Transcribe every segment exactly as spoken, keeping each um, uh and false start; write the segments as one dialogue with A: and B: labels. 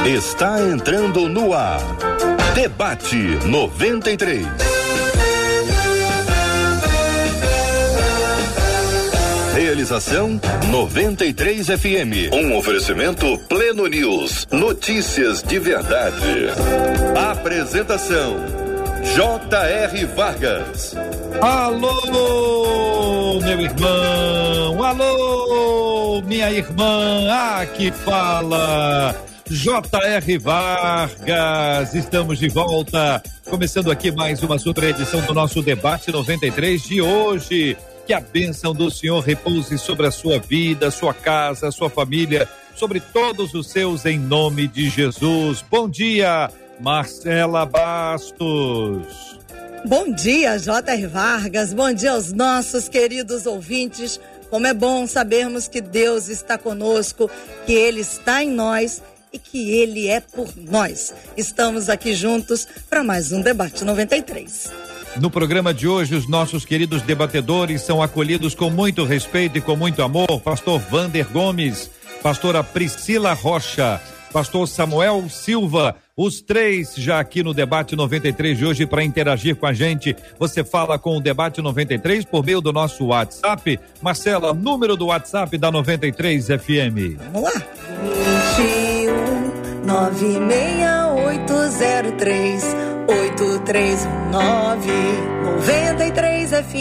A: Está entrando no ar. Debate noventa e três. Realização noventa e três F M. Um oferecimento Pleno News. Notícias de verdade. Apresentação J R Vargas.
B: Alô, meu irmão, alô, minha irmã, aqui fala J R Vargas. Estamos de volta, começando aqui mais uma super edição do nosso Debate noventa e três de hoje. Que a bênção do Senhor repouse sobre a sua vida, sua casa, sua família, sobre todos os seus, em nome de Jesus. Bom dia, Marcela Bastos.
C: Bom dia, J R Vargas. Bom dia aos nossos queridos ouvintes. Como é bom sabermos que Deus está conosco, que Ele está em nós e que Ele é por nós. Estamos aqui juntos para mais um Debate noventa e três.
B: No programa de hoje, os nossos queridos debatedores são acolhidos com muito respeito e com muito amor. Pastor Vander Gomes, pastora Priscila Rocha, pastor Samuel Silva, os três já aqui no Debate noventa e três de hoje para interagir com a gente. Você fala com o Debate noventa e três por meio do nosso WhatsApp. Marcela, número do WhatsApp da noventa e três F M.
C: Vamos lá. vinte e um, nove seis oito zero três, oito três nove, noventa e três F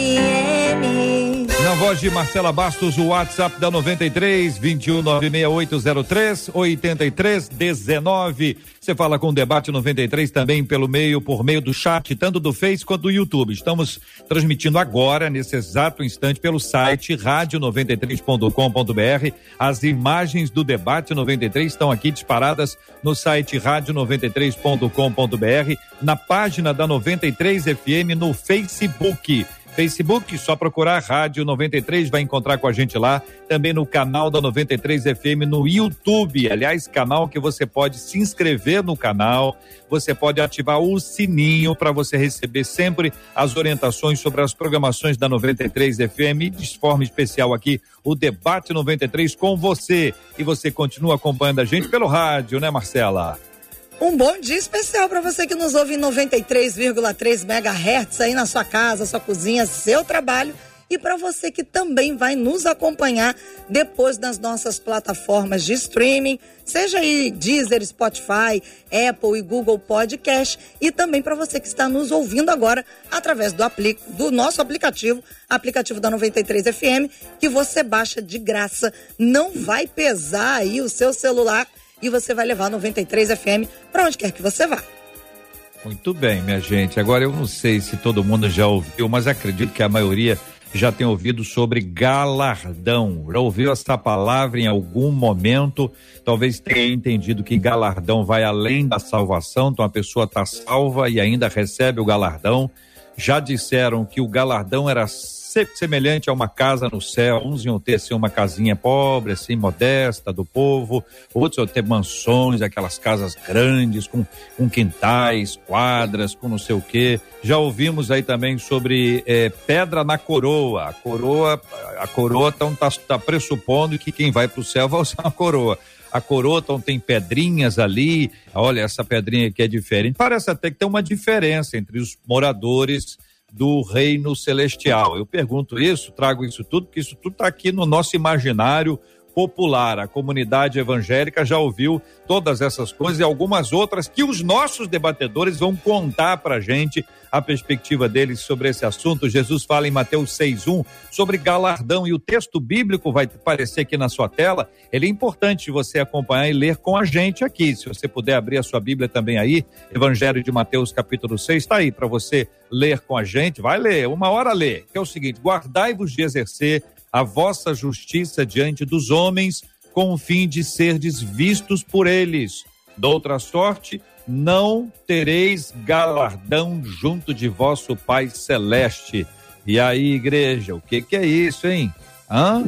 C: M.
B: Na voz de Marcela Bastos, o WhatsApp da noventa e três, vinte e um, nove seis oito zero três, oito três um nove. Você fala com o Debate noventa e três também pelo meio, por meio do chat, tanto do Face quanto do YouTube. Estamos transmitindo agora, nesse exato instante, pelo site rádio noventa e três ponto com ponto b r. As imagens do Debate noventa e três estão aqui disparadas no site rádio noventa e três ponto com ponto b r, na página da noventa e três F M no Facebook. Facebook, só procurar Rádio noventa e três, vai encontrar com a gente lá, também no canal da noventa e três F M no YouTube, aliás, canal que você pode se inscrever no canal, você pode ativar o sininho para você receber sempre as orientações sobre as programações da noventa e três F M, de forma especial aqui, o Debate noventa e três com você, e você continua acompanhando a gente pelo rádio, né, Marcela?
C: Um bom dia especial para você que nos ouve em noventa e três vírgula três megahertz aí na sua casa, sua cozinha, seu trabalho, e para você que também vai nos acompanhar depois nas nossas plataformas de streaming, seja aí Deezer, Spotify, Apple e Google Podcast, e também para você que está nos ouvindo agora através do, apli- do nosso aplicativo, aplicativo da noventa e três F M, que você baixa de graça, não vai pesar aí o seu celular, e você vai levar noventa e três F M para onde quer que você vá.
B: Muito bem, minha gente. Agora eu não sei se todo mundo já ouviu, mas acredito que a maioria já tem ouvido sobre galardão. Já ouviu essa palavra em algum momento? Talvez tenha entendido que galardão vai além da salvação, então a pessoa está salva e ainda recebe o galardão. Já disseram que o galardão era semelhante a uma casa no céu. Uns iam ter assim, uma casinha pobre, assim, modesta, do povo, outros iam ter mansões, aquelas casas grandes, com, com quintais, quadras, com não sei o quê. Já ouvimos aí também sobre eh, pedra na coroa. A coroa, a coroa então tá, tá pressupondo que quem vai para o céu vai usar uma coroa. A coroa então tem pedrinhas ali, olha, essa pedrinha aqui é diferente. Parece até que tem uma diferença entre os moradores do reino celestial. Eu pergunto isso, trago isso tudo, porque isso tudo está aqui no nosso imaginário popular. A comunidade evangélica já ouviu todas essas coisas e algumas outras que os nossos debatedores vão contar pra gente a perspectiva deles sobre esse assunto. Jesus fala em Mateus seis, um sobre galardão, e o texto bíblico vai aparecer aqui na sua tela. Ele é importante você acompanhar e ler com a gente aqui. Se você puder abrir a sua Bíblia também aí, Evangelho de Mateus capítulo seis, está aí para você ler com a gente. Vai ler, uma hora ler, que é o seguinte: guardai-vos de exercer a vossa justiça diante dos homens, com o fim de serdes vistos por eles. Doutra sorte, não tereis galardão junto de vosso Pai Celeste. E aí, igreja, o que que é isso, hein? Hã?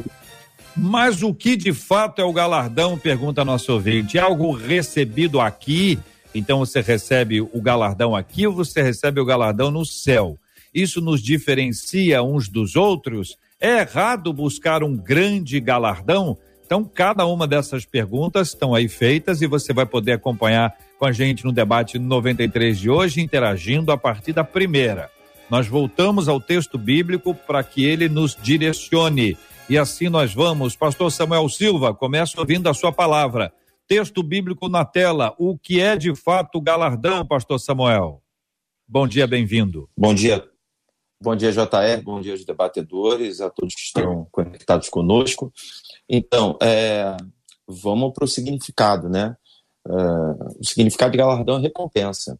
B: Mas o que de fato é o galardão? Pergunta nosso ouvinte. É algo recebido aqui? Então você recebe o galardão aqui ou você recebe o galardão no céu? Isso nos diferencia uns dos outros? É errado buscar um grande galardão? Então, cada uma dessas perguntas estão aí feitas e você vai poder acompanhar com a gente no debate noventa e três de hoje, interagindo a partir da primeira. Nós voltamos ao texto bíblico para que ele nos direcione. E assim nós vamos. Pastor Samuel Silva, começa ouvindo a sua palavra. Texto bíblico na tela. O que é de fato galardão, Pastor Samuel? Bom dia, bem-vindo.
D: Bom dia. Bom dia, J R. Bom dia aos debatedores, a todos que estão conectados conosco. Então, é, vamos para o significado, né? É, o significado de galardão é recompensa.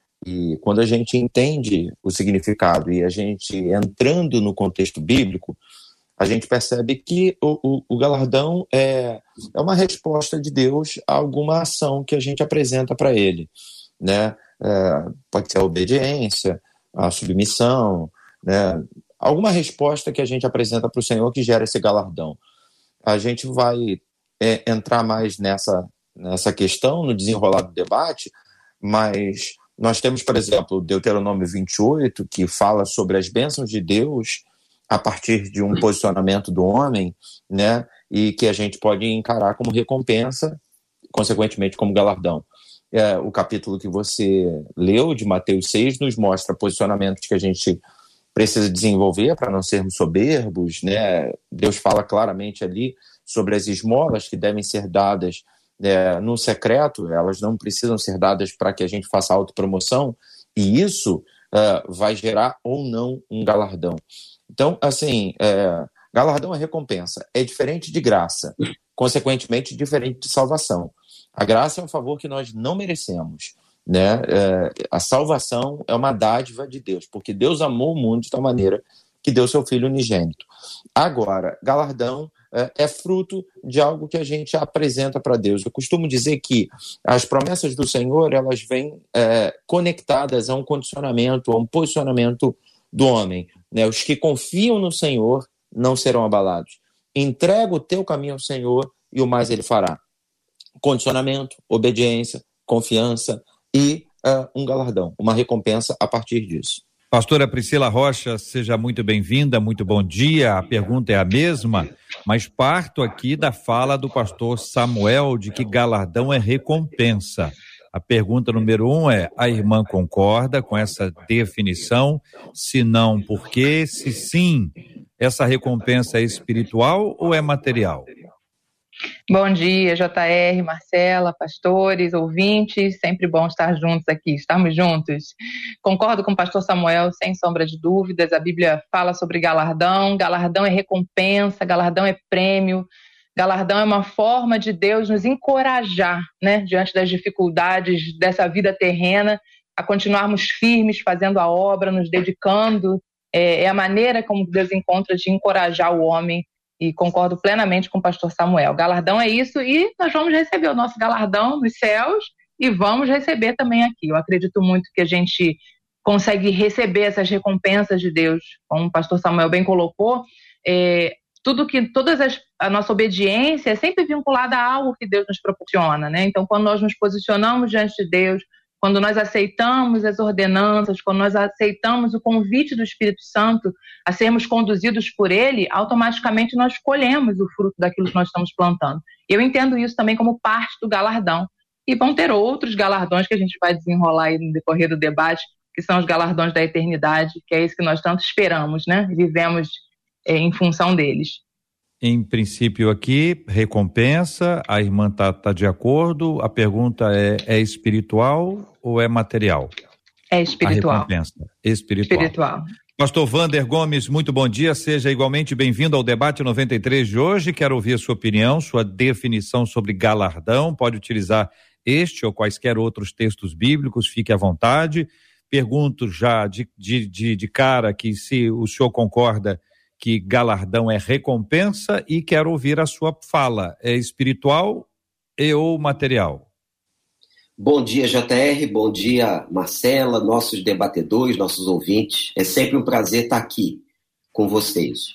D: E quando a gente entende o significado e a gente entrando no contexto bíblico, a gente percebe que o, o, o galardão é, é uma resposta de Deus a alguma ação que a gente apresenta para Ele, né? É, pode ser a obediência, a submissão, né? Alguma resposta que a gente apresenta para o Senhor que gera esse galardão. A gente vai é, entrar mais nessa, nessa questão no desenrolar do debate, mas nós temos, por exemplo, Deuteronômio vinte e oito, que fala sobre as bênçãos de Deus a partir de um posicionamento do homem, né, e que a gente pode encarar como recompensa, consequentemente como galardão. É, o capítulo que você leu, de Mateus seis, nos mostra posicionamentos que a gente precisa desenvolver para não sermos soberbos, né? Deus fala claramente ali sobre as esmolas que devem ser dadas é, no secreto, elas não precisam ser dadas para que a gente faça autopromoção, e isso é, vai gerar ou não um galardão. Então, assim, é, galardão é recompensa, é diferente de graça, consequentemente diferente de salvação. A graça é um favor que nós não merecemos, né? É, a salvação é uma dádiva de Deus, porque Deus amou o mundo de tal maneira que deu seu Filho unigênito. Agora, galardão é, é fruto de algo que a gente apresenta para Deus. Eu costumo dizer que as promessas do Senhor, elas vêm é, conectadas a um condicionamento, a um posicionamento do homem, né? Os que confiam no Senhor não serão abalados. Entrega o teu caminho ao Senhor e o mais Ele fará. Condicionamento, obediência, confiança e uh, um galardão, uma recompensa a partir disso.
B: Pastora Priscila Rocha, seja muito bem-vinda, muito bom dia. A pergunta é a mesma, mas parto aqui da fala do pastor Samuel de que galardão é recompensa. A pergunta número um é: a irmã concorda com essa definição? Se não, por quê? Se sim, essa recompensa é espiritual ou é material?
E: Bom dia, J R, Marcela, pastores, ouvintes, sempre bom estar juntos aqui, estamos juntos. Concordo com o pastor Samuel, sem sombra de dúvidas, a Bíblia fala sobre galardão, galardão é recompensa, galardão é prêmio, galardão é uma forma de Deus nos encorajar, né, diante das dificuldades dessa vida terrena, a continuarmos firmes, fazendo a obra, nos dedicando, é, é a maneira como Deus encontra de encorajar o homem. E concordo plenamente com o pastor Samuel. Galardão é isso e nós vamos receber o nosso galardão nos céus e vamos receber também aqui. Eu acredito muito que a gente consegue receber essas recompensas de Deus. Como o pastor Samuel bem colocou, é, tudo que, todas as, a nossa obediência é sempre vinculada a algo que Deus nos proporciona, né? Então, quando nós nos posicionamos diante de Deus, quando nós aceitamos as ordenanças, quando nós aceitamos o convite do Espírito Santo a sermos conduzidos por Ele, automaticamente nós colhemos o fruto daquilo que nós estamos plantando. Eu entendo isso também como parte do galardão. E vão ter outros galardões que a gente vai desenrolar aí no decorrer do debate, que são os galardões da eternidade, que é isso que nós tanto esperamos, né? Vivemos é, em função deles.
B: Em princípio aqui, recompensa, a irmã está tá de acordo, a pergunta é, é espiritual ou é material?
E: É espiritual.
B: A recompensa, espiritual.
E: Espiritual.
B: Pastor Vander Gomes, muito bom dia, seja igualmente bem-vindo ao debate noventa e três de hoje, quero ouvir a sua opinião, sua definição sobre galardão, pode utilizar este ou quaisquer outros textos bíblicos, fique à vontade. Pergunto já de, de, de, de cara que se o senhor concorda que galardão é recompensa e quero ouvir a sua fala. É espiritual e ou material?
F: Bom dia, J R, bom dia, Marcela, nossos debatedores, nossos ouvintes. É sempre um prazer estar aqui com vocês.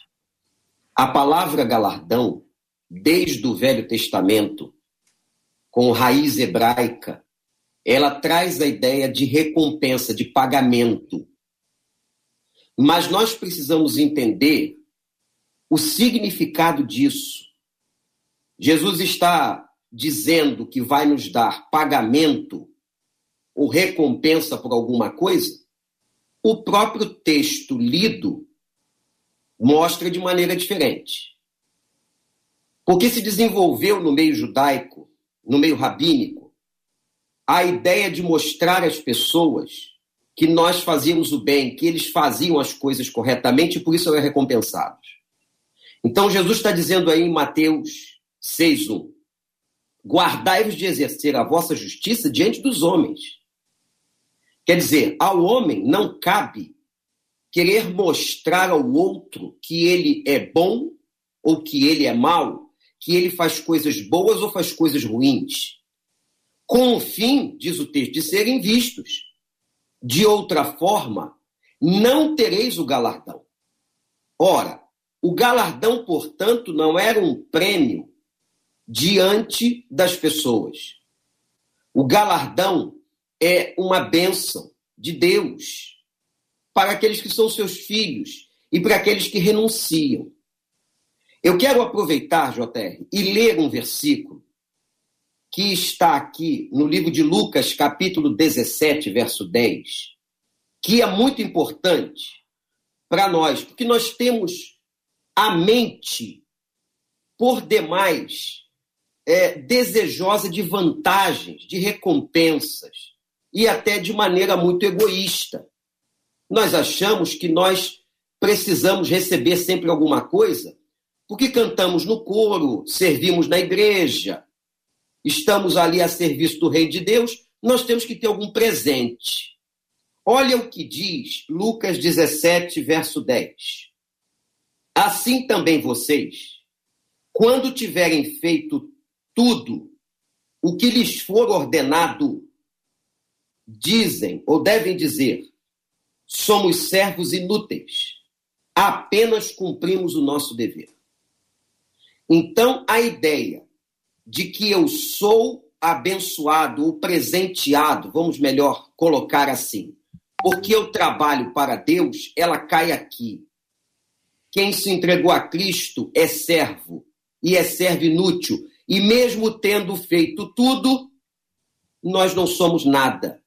F: A palavra galardão, desde o Velho Testamento, com raiz hebraica, ela traz a ideia de recompensa, de pagamento. Mas nós precisamos entender o significado disso. Jesus está dizendo que vai nos dar pagamento ou recompensa por alguma coisa? O próprio texto lido mostra de maneira diferente. Porque se desenvolveu no meio judaico, no meio rabínico, a ideia de mostrar às pessoas que nós fazíamos o bem, que eles faziam as coisas corretamente e por isso eram recompensados. Então Jesus está dizendo aí em Mateus seis, um, guardai-vos de exercer a vossa justiça diante dos homens. Quer dizer, ao homem não cabe querer mostrar ao outro que ele é bom ou que ele é mau, que ele faz coisas boas ou faz coisas ruins, com o fim, diz o texto, de serem vistos. De outra forma, não tereis o galardão. Ora, o galardão, portanto, não era um prêmio diante das pessoas. O galardão é uma bênção de Deus para aqueles que são seus filhos e para aqueles que renunciam. Eu quero aproveitar, J R, e ler um versículo que está aqui no livro de Lucas, capítulo dezessete, verso dez, que é muito importante para nós, porque nós temos a mente, por demais, é, desejosa de vantagens, de recompensas, e até de maneira muito egoísta. Nós achamos que nós precisamos receber sempre alguma coisa, porque cantamos no coro, servimos na igreja, estamos ali a serviço do Rei de Deus, nós temos que ter algum presente. Olha o que diz Lucas dezessete, verso dez. Assim também vocês, quando tiverem feito tudo o que lhes for ordenado, dizem ou devem dizer, somos servos inúteis, apenas cumprimos o nosso dever. Então, a ideia de que eu sou abençoado ou presenteado, vamos melhor colocar assim, porque eu trabalho para Deus, ela cai aqui. Quem se entregou a Cristo é servo, e é servo inútil, e mesmo tendo feito tudo, nós não somos nada.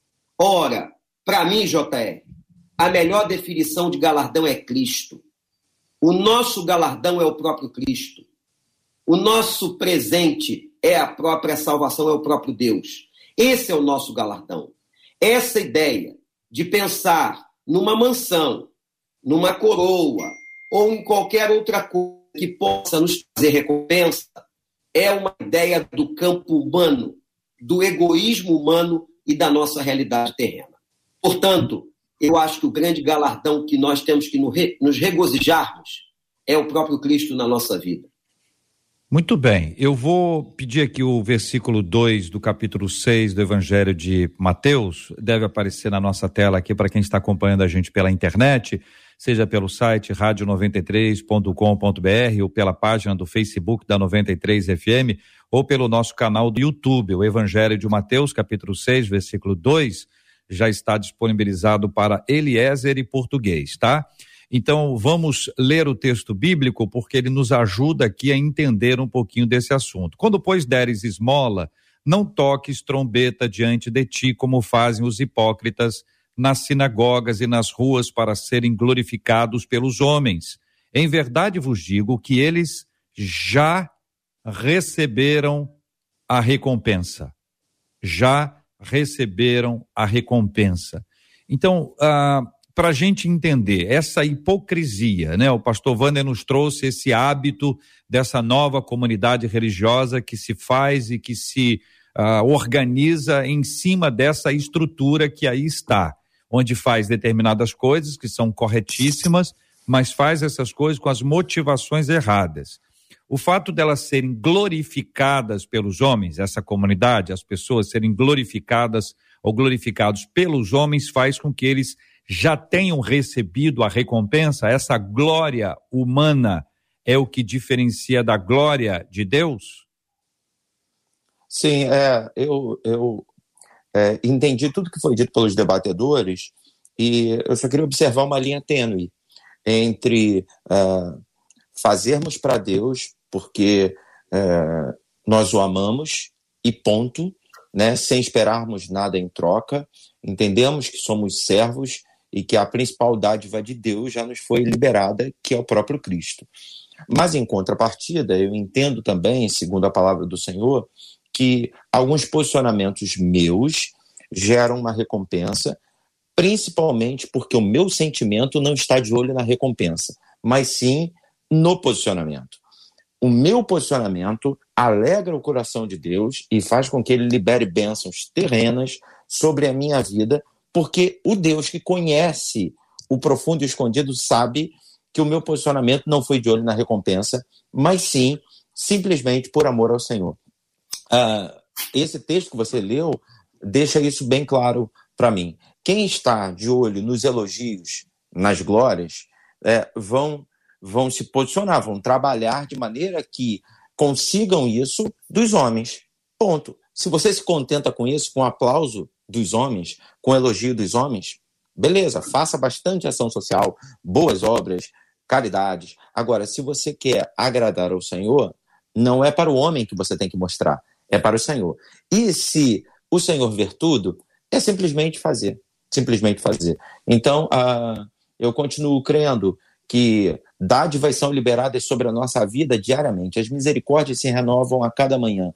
F: Ora, para mim, J R, a melhor definição de galardão é Cristo. O nosso galardão é o próprio Cristo. O nosso presente é a própria salvação, é o próprio Deus. Esse é o nosso galardão. Essa ideia de pensar numa mansão, numa coroa, ou em qualquer outra coisa que possa nos trazer recompensa, é uma ideia do campo humano, do egoísmo humano e da nossa realidade terrena. Portanto, eu acho que o grande galardão que nós temos que nos regozijarmos é o próprio Cristo na nossa vida.
B: Muito bem, eu vou pedir aqui o versículo dois do capítulo seis do Evangelho de Mateus, deve aparecer na nossa tela aqui para quem está acompanhando a gente pela internet, seja pelo site rádio noventa e três ponto com ponto br ou pela página do Facebook da noventa e três F M ou pelo nosso canal do YouTube. O Evangelho de Mateus, capítulo seis, versículo dois, já está disponibilizado para Eliezer e português, tá? Então, vamos ler o texto bíblico, porque ele nos ajuda aqui a entender um pouquinho desse assunto. Quando, pois, deres esmola, não toques trombeta diante de ti, como fazem os hipócritas nas sinagogas e nas ruas para serem glorificados pelos homens. Em verdade vos digo que eles já receberam a recompensa. Já receberam a recompensa. Então, ah, para a gente entender essa hipocrisia, né? O pastor Wander nos trouxe esse hábito dessa nova comunidade religiosa que se faz e que se uh, organiza em cima dessa estrutura que aí está, onde faz determinadas coisas que são corretíssimas, mas faz essas coisas com as motivações erradas. O fato delas serem glorificadas pelos homens, essa comunidade, as pessoas serem glorificadas ou glorificados pelos homens, faz com que eles já tenham recebido a recompensa. Essa glória humana é o que diferencia da glória de Deus?
D: Sim, é, eu, eu é, entendi tudo que foi dito pelos debatedores e eu só queria observar uma linha tênue entre uh, fazermos para Deus, porque é, nós o amamos e ponto, né? Sem esperarmos nada em troca. Entendemos que somos servos e que a principal dádiva de Deus já nos foi liberada, que é o próprio Cristo. Mas, em contrapartida, eu entendo também, segundo a palavra do Senhor, que alguns posicionamentos meus geram uma recompensa, principalmente porque o meu sentimento não está de olho na recompensa, mas sim no posicionamento. O meu posicionamento alegra o coração de Deus e faz com que ele libere bênçãos terrenas sobre a minha vida, porque o Deus que conhece o profundo e o escondido sabe que o meu posicionamento não foi de olho na recompensa, mas sim simplesmente por amor ao Senhor. Uh, esse texto que você leu deixa isso bem claro para mim. Quem está de olho nos elogios, nas glórias, é, vão, vão se posicionar, vão trabalhar de maneira que consigam isso dos homens. Ponto. Se você se contenta com isso, com o aplauso dos homens, com o elogio dos homens, beleza, faça bastante ação social, boas obras, caridades. Agora, se você quer agradar ao Senhor, não é para o homem que você tem que mostrar, é para o Senhor. E se o Senhor ver tudo, é simplesmente fazer, simplesmente fazer. Então, uh, eu continuo crendo que dádivas são liberadas sobre a nossa vida diariamente. As misericórdias se renovam a cada manhã.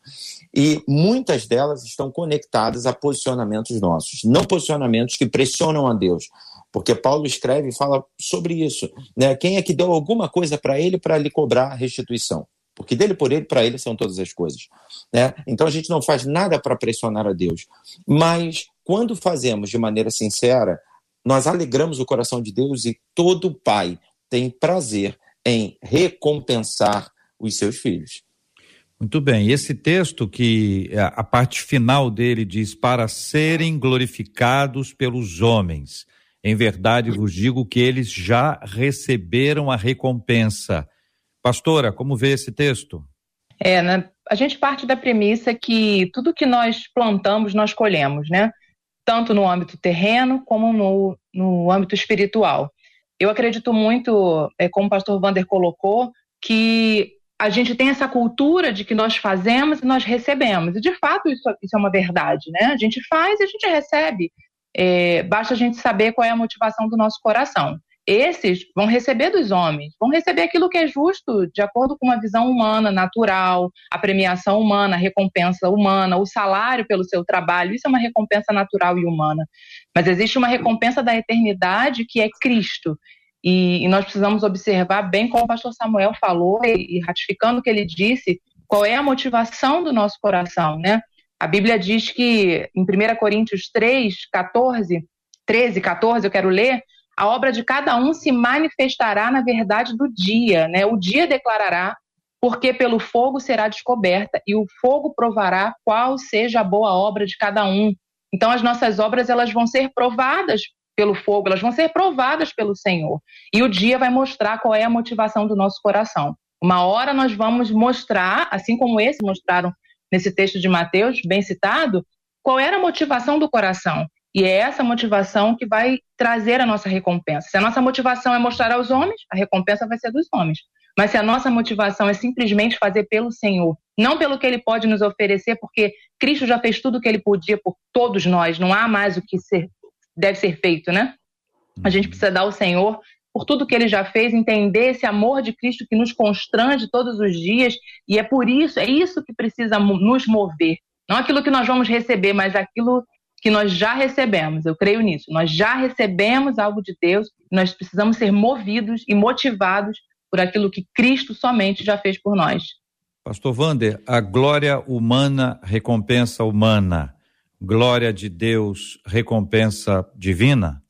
D: E muitas delas estão conectadas a posicionamentos nossos, não posicionamentos que pressionam a Deus. Porque Paulo escreve e fala sobre isso, né? Quem é que deu alguma coisa para ele para lhe cobrar restituição? Porque dele por ele, para ele são todas as coisas, né? Então a gente não faz nada para pressionar a Deus. Mas quando fazemos de maneira sincera, nós alegramos o coração de Deus e todo pai tem prazer em recompensar os seus filhos.
B: Muito bem, e esse texto que a parte final dele diz: para serem glorificados pelos homens. Em verdade vos digo que eles já receberam a recompensa. Pastora, como vê esse texto?
E: É, né? A gente parte da premissa que tudo que nós plantamos, nós colhemos, né? Tanto no âmbito terreno como no, no âmbito espiritual. Eu acredito muito, é, como o pastor Wander colocou, que a gente tem essa cultura de que nós fazemos e nós recebemos. E, de fato, isso, isso é uma verdade, né? A gente faz e a gente recebe. É, basta a gente saber qual é a motivação do nosso coração. Esses vão receber dos homens, vão receber aquilo que é justo, de acordo com uma visão humana, natural, a premiação humana, a recompensa humana, o salário pelo seu trabalho. Isso é uma recompensa natural e humana. Mas existe uma recompensa da eternidade que é Cristo. E, e nós precisamos observar bem, como o pastor Samuel falou, e, e ratificando o que ele disse, qual é a motivação do nosso coração, né? A Bíblia diz que, em primeira Coríntios três, catorze, treze, catorze, eu quero ler, a obra de cada um se manifestará na verdade do dia, né? O dia declarará, porque pelo fogo será descoberta, e o fogo provará qual seja a boa obra de cada um. Então, as nossas obras, elas vão ser provadas pelo fogo, elas vão ser provadas pelo Senhor. E o dia vai mostrar qual é a motivação do nosso coração. Uma hora nós vamos mostrar, assim como esse mostraram nesse texto de Mateus, bem citado, qual era a motivação do coração. E é essa motivação que vai trazer a nossa recompensa. Se a nossa motivação é mostrar aos homens, a recompensa vai ser dos homens. Mas se a nossa motivação é simplesmente fazer pelo Senhor, não pelo que Ele pode nos oferecer, porque Cristo já fez tudo o que Ele podia por todos nós, não há mais o que ser, deve ser feito, né? A gente precisa dar ao Senhor por tudo que Ele já fez, entender esse amor de Cristo que nos constrange todos os dias, e é por isso, é isso que precisa nos mover. Não aquilo que nós vamos receber, mas aquilo que nós já recebemos. Eu creio nisso. Nós já recebemos algo de Deus, nós precisamos ser movidos e motivados por aquilo que Cristo somente já fez por nós.
B: Pastor Wander, a glória humana, recompensa humana. Glória de Deus, recompensa divina?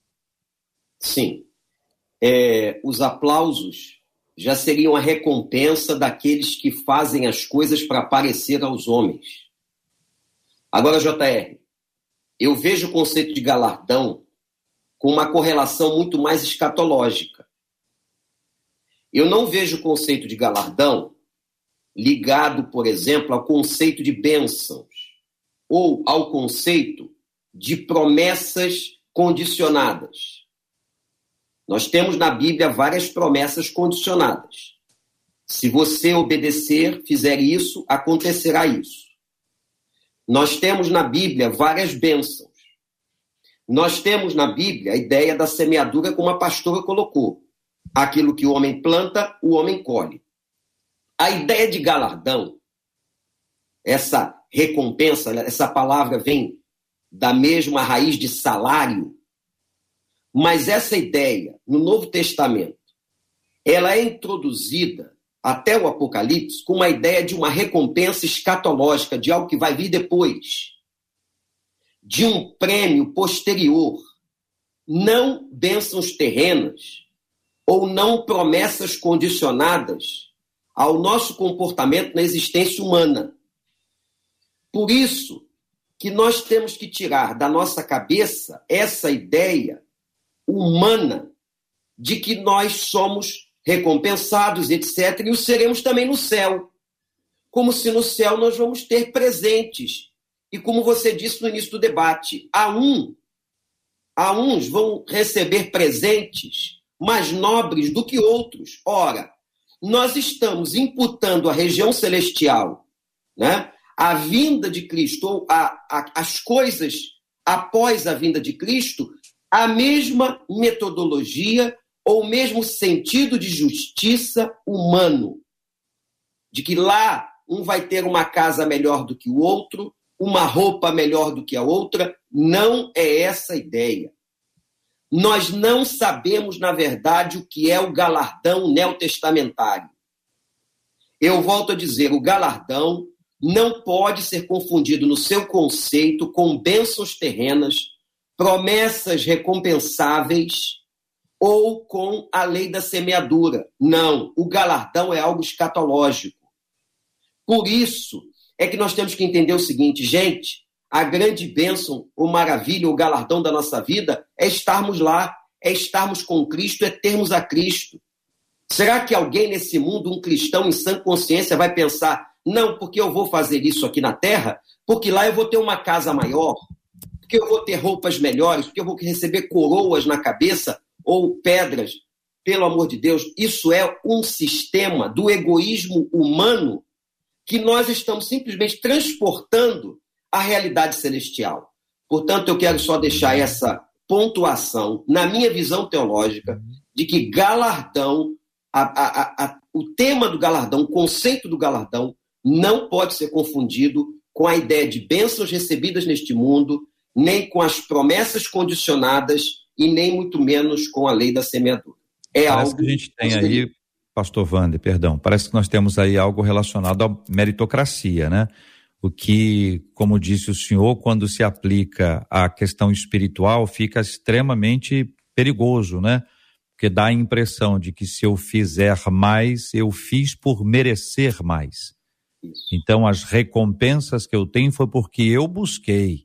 F: Sim. É, os aplausos já seriam a recompensa daqueles que fazem as coisas para aparecer aos homens. Agora, J R, eu vejo o conceito de galardão com uma correlação muito mais escatológica. Eu não vejo o conceito de galardão ligado, por exemplo, ao conceito de bênçãos ou ao conceito de promessas condicionadas. Nós temos na Bíblia várias promessas condicionadas. Se você obedecer, fizer isso, acontecerá isso. Nós temos na Bíblia várias bênçãos. Nós temos na Bíblia a ideia da semeadura, como a pastora colocou. Aquilo que o homem planta, o homem colhe. A ideia de galardão, essa recompensa, essa palavra vem da mesma raiz de salário, mas essa ideia, no Novo Testamento, ela é introduzida até o Apocalipse com uma ideia de uma recompensa escatológica, de algo que vai vir depois, de um prêmio posterior, não bênçãos terrenas ou não promessas condicionadas ao nosso comportamento na existência humana. Por isso que nós temos que tirar da nossa cabeça essa ideia humana de que nós somos recompensados, etcétera, e o seremos também no céu. Como se no céu nós vamos ter presentes. E como você disse no início do debate, há um, há uns vão receber presentes mais nobres do que outros. Ora, nós estamos imputando à região celestial, né, a vinda de Cristo, ou a, a, as coisas após a vinda de Cristo, a mesma metodologia ou o mesmo sentido de justiça humano. De que lá um vai ter uma casa melhor do que o outro, uma roupa melhor do que a outra. Não é essa a ideia. Nós não sabemos, na verdade, o que é o galardão neotestamentário. Eu volto a dizer, o galardão não pode ser confundido no seu conceito com bênçãos terrenas, promessas recompensáveis ou com a lei da semeadura. Não, o galardão é algo escatológico. Por isso é que nós temos que entender o seguinte, gente, a grande bênção, ou maravilha, o galardão da nossa vida é estarmos lá, é estarmos com Cristo, é termos a Cristo. Será que alguém nesse mundo, um cristão em sã consciência, vai pensar, não, porque eu vou fazer isso aqui na terra, porque lá eu vou ter uma casa maior, porque eu vou ter roupas melhores, porque eu vou receber coroas na cabeça ou pedras? Pelo amor de Deus, isso é um sistema do egoísmo humano que nós estamos simplesmente transportando à realidade celestial. Portanto, eu quero só deixar essa pontuação, na minha visão teológica, de que galardão, a, a, a, o tema do galardão, o conceito do galardão, não pode ser confundido com a ideia de bênçãos recebidas neste mundo, nem com as promessas condicionadas e nem muito menos com a lei da semeadura. É
B: Parece
F: algo
B: que a gente tem aí, pastor Wander, perdão, parece que nós temos aí algo relacionado à meritocracia, né? O que, como disse o senhor, quando se aplica à questão espiritual, fica extremamente perigoso, né? Porque dá a impressão de que se eu fizer mais, eu fiz por merecer mais. Isso. Então, as recompensas que eu tenho foi porque eu busquei.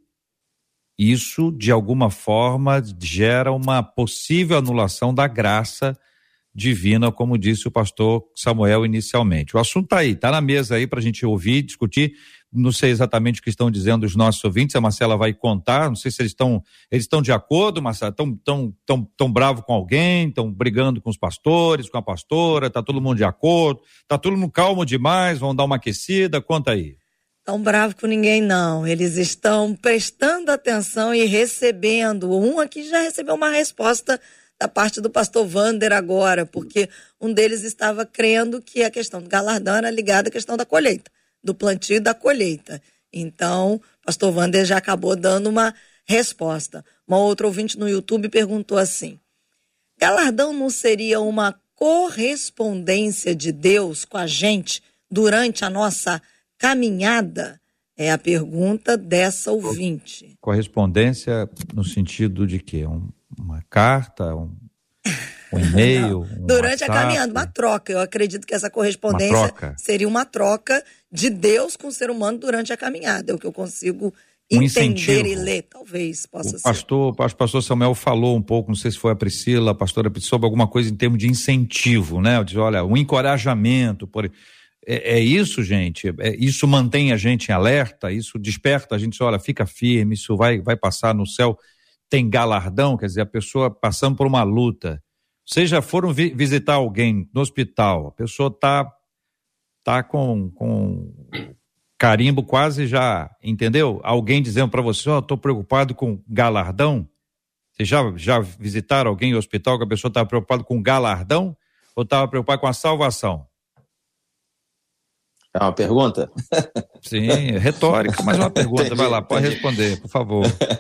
B: Isso, de alguma forma, gera uma possível anulação da graça divina, como disse o pastor Samuel inicialmente. O assunto está aí, está na mesa aí para a gente ouvir, discutir. Não sei exatamente o que estão dizendo os nossos ouvintes, a Marcela vai contar, não sei se eles estão eles estão de acordo, Marcela, estão tão, tão, tão bravos com alguém, estão brigando com os pastores, com a pastora, está todo mundo de acordo, está todo mundo calmo demais, vão dar uma aquecida, conta aí.
C: Estão bravos com ninguém não, eles estão prestando atenção e recebendo. Um aqui já recebeu uma resposta da parte do pastor Wander agora, porque um deles estava crendo que a questão do galardão era ligada à questão da colheita, do plantio e da colheita. Então, o pastor Wander já acabou dando uma resposta. Uma outra ouvinte no YouTube perguntou assim, galardão não seria uma correspondência de Deus com a gente durante a nossa caminhada? É a pergunta dessa ouvinte. Correspondência no sentido de quê? Um, uma carta, um, um e-mail? Um Durante WhatsApp. A caminhada, uma troca. Eu acredito que essa correspondência uma seria uma troca de Deus com o ser humano durante a caminhada. É o que eu consigo um entender incentivo. E ler. Talvez possa
B: o
C: ser.
B: Pastor, o pastor Samuel falou um pouco, não sei se foi a Priscila, a pastora Priscila, sobre alguma coisa em termos de incentivo, né? Eu disse, olha, um encorajamento, por É, é isso, gente, é, isso mantém a gente em alerta, isso desperta a gente, olha, fica firme, isso vai, vai passar no céu, tem galardão, quer dizer, a pessoa passando por uma luta. Vocês já foram vi- visitar alguém no hospital, a pessoa está tá com, com carimbo quase já, entendeu? Alguém dizendo para você, ó, oh, tô preocupado com galardão. Vocês já, já visitaram alguém em hospital que a pessoa estava preocupada com galardão ou estava preocupada com a salvação?
D: É uma pergunta?
B: Sim, é retórica, mas é uma pergunta. Entendi, vai lá, pode entendi. responder, por favor.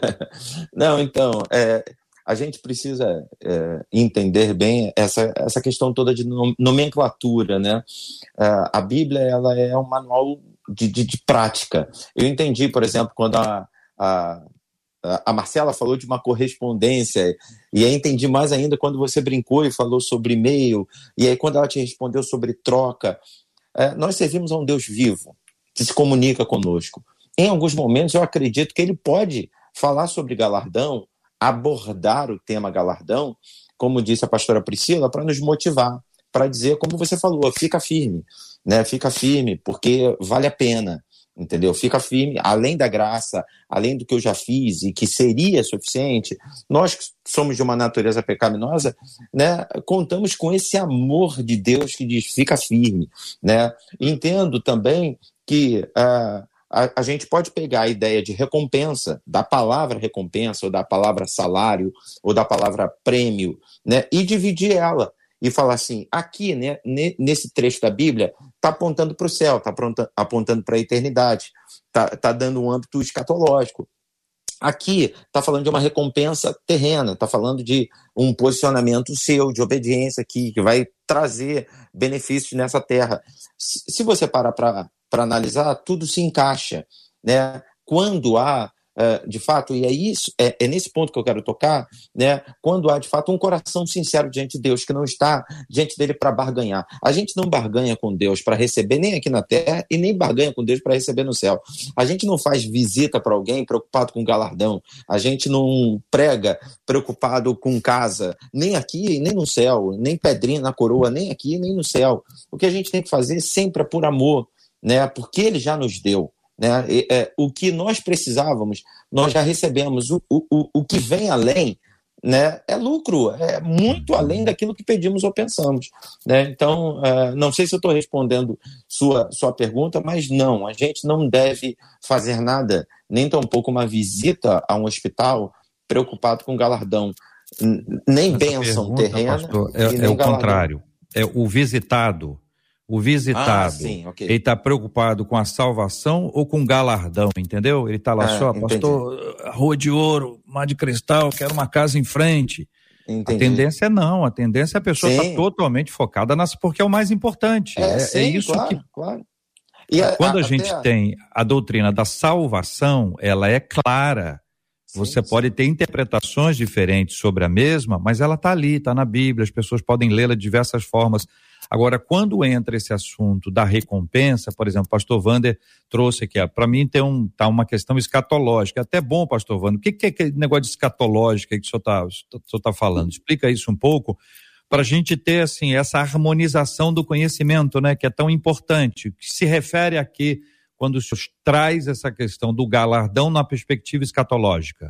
D: Não, então, é, a gente precisa é, entender bem essa, essa questão toda de nomenclatura, né? É, a Bíblia, ela é um manual de, de, de prática. Eu entendi, por exemplo, quando a, a, a Marcela falou de uma correspondência, e aí entendi mais ainda quando você brincou e falou sobre e-mail, e aí quando ela te respondeu sobre troca. É, nós servimos a um Deus vivo, que se comunica conosco. Em alguns momentos, eu acredito que ele pode falar sobre galardão, abordar o tema galardão, como disse a pastora Priscila, para nos motivar, para dizer, como você falou, fica firme, né? Fica firme, porque vale a pena, entendeu? Fica firme, além da graça, além do que eu já fiz e que seria suficiente, nós que somos de uma natureza pecaminosa, né, contamos com esse amor de Deus que diz, fica firme, né? Entendo também que uh, a, a gente pode pegar a ideia de recompensa, da palavra recompensa, ou da palavra salário, ou da palavra prêmio, né, e dividir ela. E falar assim, aqui, né, nesse trecho da Bíblia, está apontando para o céu, está apontando para a eternidade, está tá dando um âmbito escatológico. Aqui está falando de uma recompensa terrena, está falando de um posicionamento seu, de obediência aqui, que vai trazer benefícios nessa terra. Se você parar para analisar, tudo se encaixa, né? Quando há Uh, de fato, e é, isso, é, é nesse ponto que eu quero tocar, né, quando há de fato um coração sincero diante de Deus, que não está diante dele para barganhar. A gente não barganha com Deus para receber nem aqui na terra e nem barganha com Deus para receber no céu. A gente não faz visita para alguém preocupado com galardão. A gente não prega preocupado com casa, nem aqui nem no céu, nem pedrinha na coroa, nem aqui nem no céu. O que a gente tem que fazer sempre é por amor, né, porque ele já nos deu. Né? E, é, o que nós precisávamos, nós já recebemos. O, o, o que vem além, né, é lucro, é muito além daquilo que pedimos ou pensamos. Né? Então, é, não sei se eu estou respondendo sua, sua pergunta, mas não, a gente não deve fazer nada, nem tampouco uma visita a um hospital preocupado com galardão, nem
B: Essa
D: bênção
B: pergunta,
D: terrena.
B: Pastor, é, é o contrário, é o visitado. O visitado, ah, sim, okay. Ele está preocupado com a salvação ou com galardão, entendeu? Ele está lá ah, só, pastor, rua de ouro, mar de cristal, quero uma casa em frente. Entendi. A tendência é não, a tendência é a pessoa estar tá totalmente focada nas, porque é o mais importante. É, é, sim, é isso claro, que... Claro. E a, Quando a, a gente a... tem a doutrina da salvação, ela é clara. Sim, Você sim. pode ter interpretações diferentes sobre a mesma, mas ela está ali, está na Bíblia, as pessoas podem lê-la de diversas formas. Agora, quando entra esse assunto da recompensa, por exemplo, o pastor Wander trouxe aqui, para mim tem um, tá uma questão escatológica, até bom, pastor Wander, o que, que é aquele negócio de escatológica que o senhor está tá falando? Explica isso um pouco, para a gente ter assim, essa harmonização do conhecimento, né, que é tão importante, que se refere aqui quando o senhor traz essa questão do galardão na perspectiva escatológica.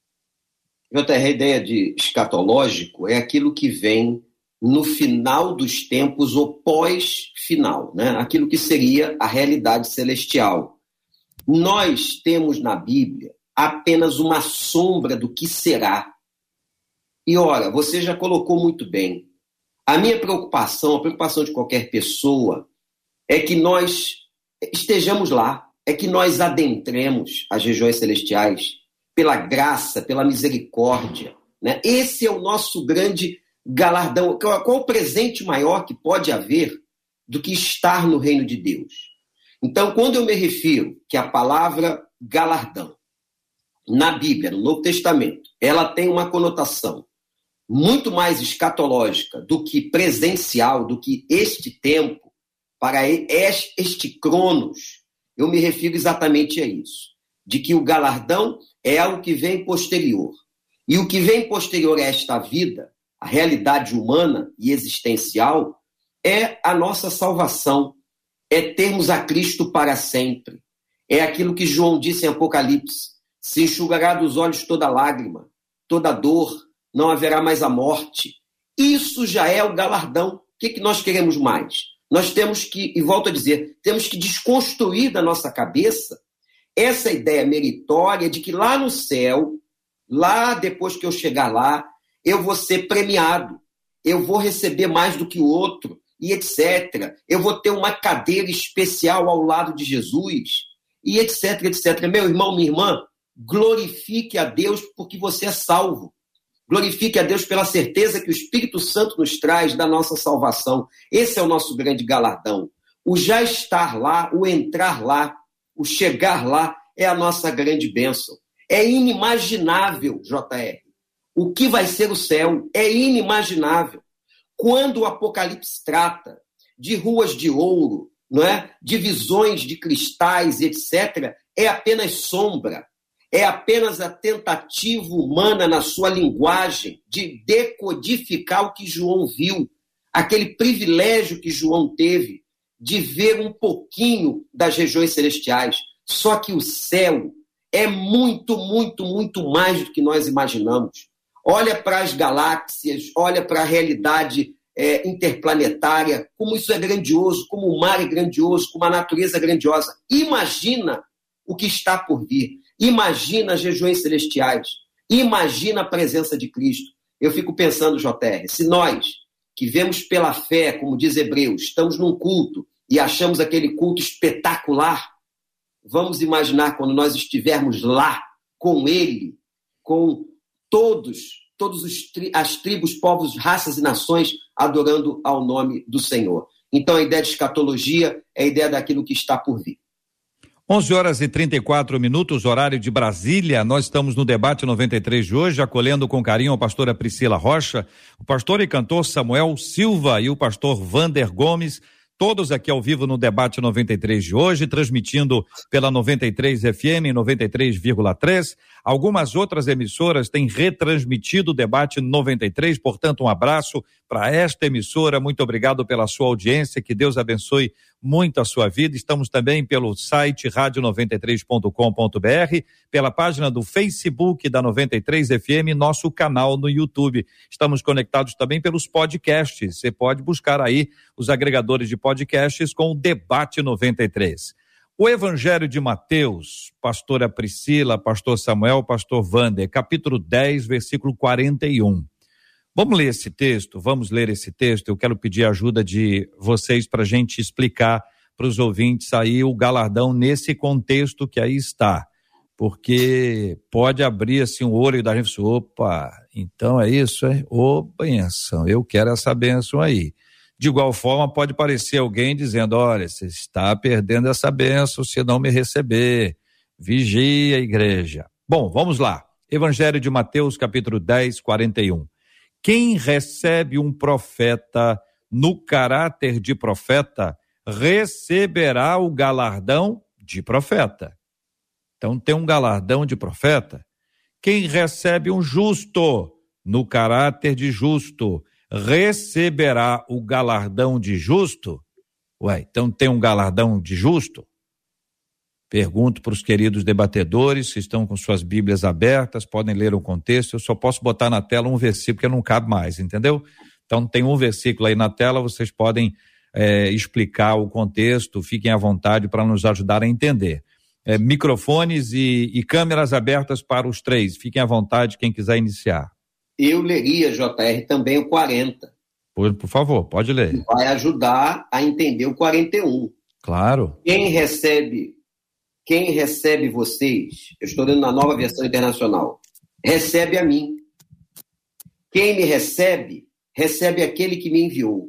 F: Eu tenho a ideia de escatológico é aquilo que vem no final dos tempos ou pós-final, né? Aquilo que seria a realidade celestial. Nós temos na Bíblia apenas uma sombra do que será. E ora, você já colocou muito bem. A minha preocupação, a preocupação de qualquer pessoa, é que nós estejamos lá, é que nós adentremos as regiões celestiais pela graça, pela misericórdia, né? Esse é o nosso grande galardão. Qual o presente maior que pode haver do que estar no reino de Deus? Então, quando eu me refiro que a palavra galardão na Bíblia, no Novo Testamento, ela tem uma conotação muito mais escatológica do que presencial, do que este tempo, para este cronos, eu me refiro exatamente a isso, de que o galardão é algo que vem posterior. E o que vem posterior a esta vida, a realidade humana e existencial, é a nossa salvação, é termos a Cristo para sempre. É aquilo que João disse em Apocalipse: se enxugará dos olhos toda lágrima, toda dor, não haverá mais a morte. Isso já é o galardão. O que, que nós queremos mais? Nós temos que, e volto a dizer, temos que desconstruir da nossa cabeça essa ideia meritória de que lá no céu, lá depois que eu chegar lá, eu vou ser premiado, eu vou receber mais do que o outro, e etcétera. Eu vou ter uma cadeira especial ao lado de Jesus, e etc, etcétera. Meu irmão, minha irmã, glorifique a Deus porque você é salvo. Glorifique a Deus pela certeza que o Espírito Santo nos traz da nossa salvação. Esse é o nosso grande galardão. O já estar lá, o entrar lá, o chegar lá é a nossa grande bênção. É inimaginável, J R. O que vai ser o céu é inimaginável. Quando o Apocalipse trata de ruas de ouro, não é? De visões de cristais, etcétera, é apenas sombra. É apenas a tentativa humana na sua linguagem de decodificar o que João viu, aquele privilégio que João teve de ver um pouquinho das regiões celestiais. Só que o céu é muito, muito, muito mais do que nós imaginamos. Olha para as galáxias, olha para a realidade é, interplanetária, como isso é grandioso, como o mar é grandioso, como a natureza é grandiosa. Imagina o que está por vir. Imagina as regiões celestiais. Imagina a presença de Cristo. Eu fico pensando, J R, se nós, que vemos pela fé, como diz Hebreus, estamos num culto e achamos aquele culto espetacular, vamos imaginar quando nós estivermos lá, com Ele, com todos, todos os tri- as tribos, povos, raças e nações adorando ao nome do Senhor. Então a ideia de escatologia é a ideia daquilo que está por vir.
B: onze horas e trinta e quatro minutos, horário de Brasília. Nós estamos no debate noventa e três de hoje, acolhendo com carinho a pastora Priscila Rocha, o pastor e cantor Samuel Silva e o pastor Vander Gomes, todos aqui ao vivo no debate noventa e três de hoje, transmitindo pela noventa e três F M, noventa e três vírgula três. Algumas outras emissoras têm retransmitido o debate noventa e três, portanto um abraço para esta emissora, muito obrigado pela sua audiência, que Deus abençoe muito a sua vida. Estamos também pelo site rádio noventa e três ponto com ponto b r, pela página do Facebook da noventa e três F M, nosso canal no YouTube. Estamos conectados também pelos podcasts, você pode buscar aí os agregadores de podcasts com o Debate noventa e três. O Evangelho de Mateus, pastora Priscila, pastor Samuel, pastor Vander, capítulo dez, versículo quarenta e um. Vamos ler esse texto, vamos ler esse texto. Eu quero pedir a ajuda de vocês para a gente explicar para os ouvintes aí o galardão nesse contexto que aí está. Porque pode abrir assim o olho da gente, opa, então é isso, é? Ô, benção, eu quero essa benção aí. De igual forma, pode parecer alguém dizendo, olha, você está perdendo essa bênção se não me receber. Vigia, igreja. Bom, vamos lá. Evangelho de Mateus, capítulo dez, quarenta e um. Quem recebe um profeta no caráter de profeta, receberá o galardão de profeta. Então, tem um galardão de profeta. Quem recebe um justo no caráter de justo, receberá o galardão de justo? Ué, então tem um galardão de justo? Pergunto para os queridos debatedores, que estão com suas bíblias abertas, podem ler o contexto. Eu só posso botar na tela um versículo, porque não cabe mais, entendeu? Então tem um versículo aí na tela, vocês podem é, explicar o contexto, fiquem à vontade para nos ajudar a entender. É, microfones e, e câmeras abertas para os três, fiquem à vontade quem quiser iniciar.
F: Eu leria, J R, também o quarenta.
B: Por, por favor, pode ler.
F: Vai ajudar a entender o quarenta e um.
B: Claro.
F: Quem recebe, quem recebe vocês, eu estou lendo na Nova Versão Internacional, recebe a mim. Quem me recebe, recebe aquele que me enviou.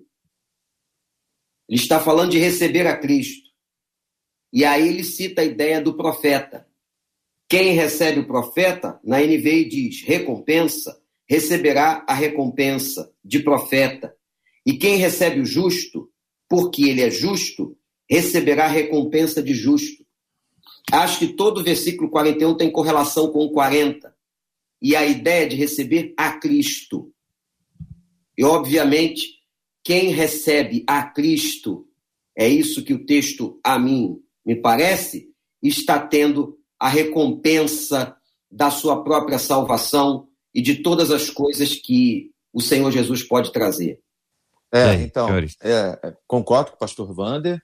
F: Ele está falando de receber a Cristo. E aí ele cita a ideia do profeta. Quem recebe o profeta, na N V I diz, recompensa, receberá a recompensa de profeta. E quem recebe o justo, porque ele é justo, receberá a recompensa de justo. Acho que todo o versículo quarenta e um tem correlação com o quarenta. E a ideia de receber a Cristo. E, obviamente, quem recebe a Cristo, é isso que o texto, a mim, me parece, está tendo a recompensa da sua própria salvação e de todas as coisas que o Senhor Jesus pode trazer.
D: É,
B: aí,
D: então, é, concordo com o pastor Wander,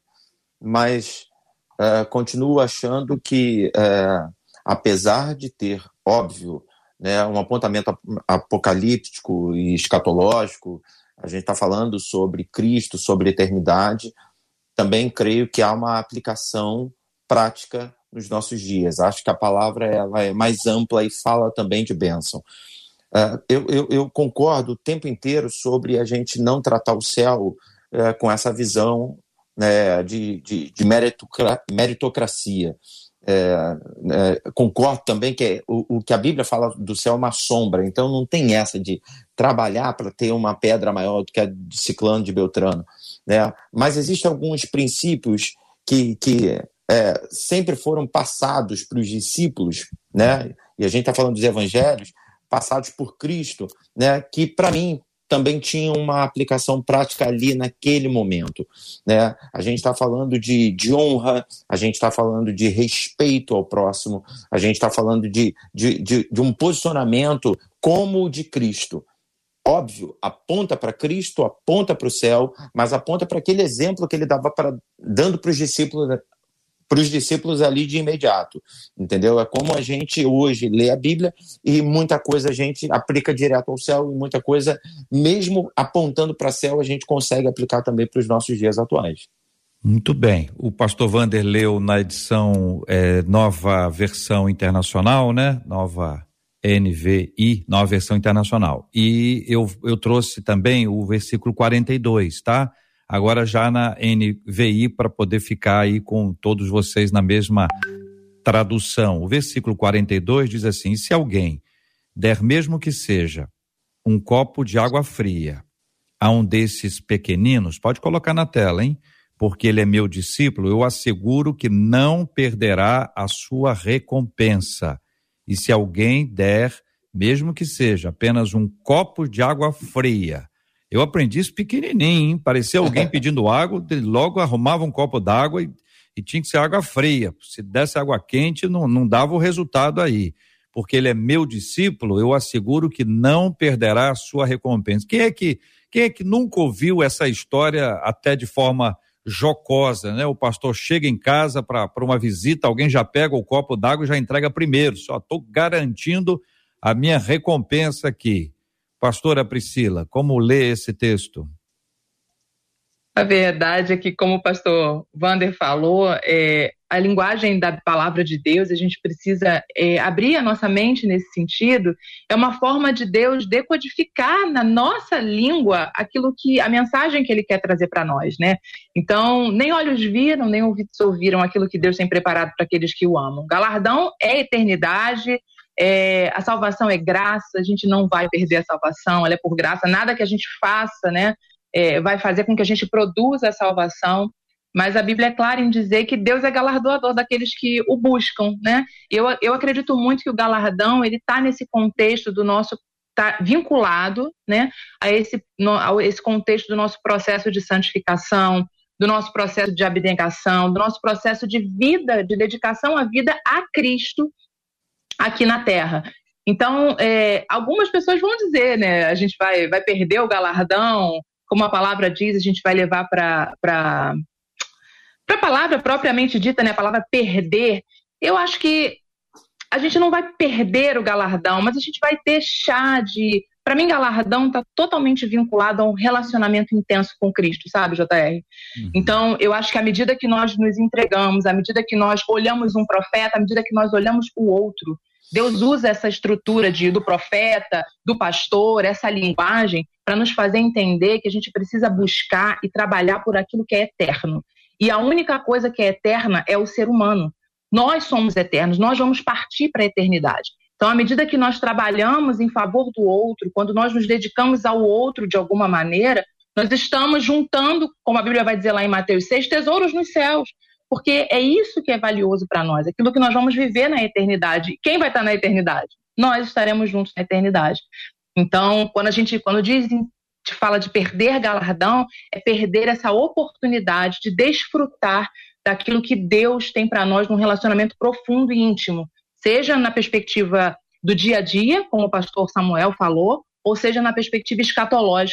D: mas é, continuo achando que, é, apesar de ter, óbvio, né, um apontamento apocalíptico e escatológico, a gente está falando sobre Cristo, sobre eternidade, também creio que há uma aplicação prática nos nossos dias. Acho que a palavra ela é mais ampla e fala também de bênção. Uh, eu, eu, eu concordo o tempo inteiro sobre a gente não tratar o céu uh, com essa visão, né, de, de, de meritocra- meritocracia. É, é, concordo também que é, o, o que a Bíblia fala do céu é uma sombra, então não tem essa de trabalhar para ter uma pedra maior do que a de Ciclano, de Beltrano, né? Mas existem alguns princípios que, que é, sempre foram passados para os discípulos, né? E a gente está falando dos evangelhos, passados por Cristo, né? Que para mim também tinha uma aplicação prática ali naquele momento, né? A gente está falando de, de honra, a gente está falando de respeito ao próximo, a gente está falando de, de, de, de um posicionamento como o de Cristo. Óbvio, aponta para Cristo, aponta para o céu, mas aponta para aquele exemplo que ele dava para, dando para os discípulos, para os discípulos ali de imediato, entendeu? É como a gente hoje lê a Bíblia e muita coisa a gente aplica direto ao céu e muita coisa, mesmo apontando para o céu, a gente consegue aplicar também para os nossos dias atuais.
B: Muito bem. O pastor Wander leu na edição é, nova versão internacional, né? Nova N V I, nova versão internacional. E eu, eu trouxe também o versículo quarenta e dois, tá? Agora já na N V I, para poder ficar aí com todos vocês na mesma tradução. O versículo quarenta e dois diz assim: se alguém der, mesmo que seja, um copo de água fria a um desses pequeninos, pode colocar na tela, hein? Porque ele é meu discípulo, eu asseguro que não perderá a sua recompensa. E se alguém der, mesmo que seja apenas um copo de água fria, eu aprendi isso pequenininho, hein? Parecia alguém pedindo água, logo arrumava um copo d'água e, e tinha que ser água fria. Se desse água quente, não, não dava o resultado aí. Porque ele é meu discípulo, eu asseguro que não perderá a sua recompensa. Quem é que, quem é que nunca ouviu essa história até de forma jocosa, né? O pastor chega em casa para uma visita, alguém já pega o copo d'água e já entrega primeiro. Só estou garantindo a minha recompensa aqui. Pastora Priscila, como lê esse texto?
E: A verdade é que, como o pastor Wander falou, é, a linguagem da palavra de Deus, a gente precisa é, abrir a nossa mente nesse sentido, é uma forma de Deus decodificar na nossa língua aquilo que, a mensagem que ele quer trazer para nós, né? Então, nem olhos viram, nem ouvidos ouviram aquilo que Deus tem preparado para aqueles que o amam. Galardão é eternidade. É, a salvação é graça, a gente não vai perder a salvação, ela é por graça, nada que a gente faça, né, é, vai fazer com que a gente produza a salvação, mas a Bíblia é clara em dizer que Deus é galardoador daqueles que o buscam, né? Eu, eu acredito muito que o galardão, ele está nesse contexto do nosso, tá vinculado, né, a esse, no, a esse contexto do nosso processo de santificação, do nosso processo de abnegação, do nosso processo de vida, de dedicação à vida a Cristo, aqui na Terra. Então, é, algumas pessoas vão dizer, né, a gente vai, vai perder o galardão, como a palavra diz, a gente vai levar para para a palavra propriamente dita, né, a palavra perder. Eu acho que a gente não vai perder o galardão, mas a gente vai deixar de... Para mim, galardão está totalmente vinculado a um relacionamento intenso com Cristo, sabe, J R? Uhum. Então, eu acho que à medida que nós nos entregamos, à medida que nós olhamos um profeta, à medida que nós olhamos o outro, Deus usa essa estrutura de, do profeta, do pastor, essa linguagem, para nos fazer entender que a gente precisa buscar e trabalhar por aquilo que é eterno. E a única coisa que é eterna é o ser humano. Nós somos eternos, nós vamos partir para a eternidade. Então, à medida que nós trabalhamos em favor do outro, quando nós nos dedicamos ao outro de alguma maneira, nós estamos juntando, como a Bíblia vai dizer lá em Mateus seis, tesouros nos céus. Porque é isso que é valioso para nós, aquilo que nós vamos viver na eternidade. Quem vai estar na eternidade? Nós estaremos juntos na eternidade. Então, quando a gente quando diz, fala de perder galardão, é perder essa oportunidade de desfrutar daquilo que Deus tem para nós num relacionamento profundo e íntimo, seja na perspectiva do dia a dia, como o pastor Samuel falou, ou seja na perspectiva escatológica,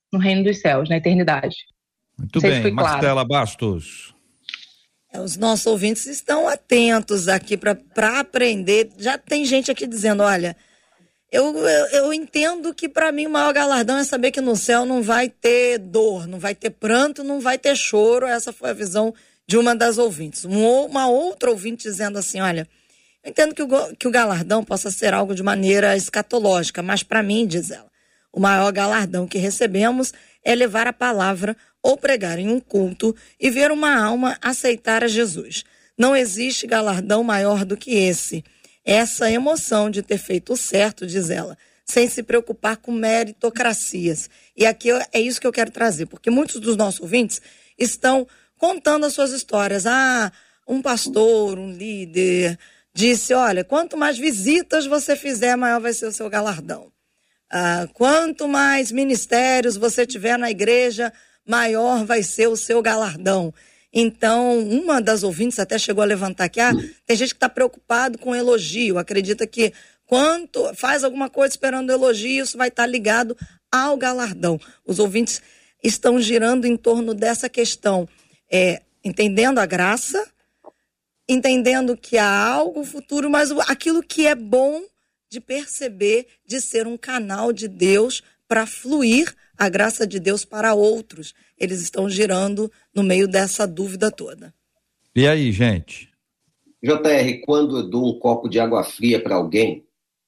E: no reino dos céus, na eternidade.
B: Muito bem, Marcela Bastos.
C: É, os nossos ouvintes estão atentos aqui para aprender. Já tem gente aqui dizendo, olha, eu, eu, eu entendo que para mim o maior galardão é saber que no céu não vai ter dor, não vai ter pranto, não vai ter choro. Essa foi a visão de uma das ouvintes. Um, uma outra ouvinte dizendo assim, olha, eu entendo que o, que o galardão possa ser algo de maneira escatológica, mas para mim, diz ela, o maior galardão que recebemos é levar a palavra ou pregar em um culto e ver uma alma aceitar a Jesus. Não existe galardão maior do que esse. Essa emoção de ter feito o certo, diz ela, sem se preocupar com meritocracias. E aqui é isso que eu quero trazer, porque muitos dos nossos ouvintes estão contando as suas histórias. Ah, um pastor, um líder, disse, olha, quanto mais visitas você fizer, maior vai ser o seu galardão. Ah, quanto mais ministérios você tiver na igreja, maior vai ser o seu galardão. Então, uma das ouvintes até chegou a levantar que ah, tem gente que está preocupado com elogio, acredita que quanto faz alguma coisa esperando elogio, isso vai estar tá ligado ao galardão. Os ouvintes estão girando em torno dessa questão, é, entendendo a graça, entendendo que há algo futuro, mas aquilo que é bom de perceber, de ser um canal de Deus para fluir a graça de Deus para outros. Eles estão girando no meio dessa dúvida toda.
B: E aí, gente?
F: J R, quando eu dou um copo de água fria para alguém,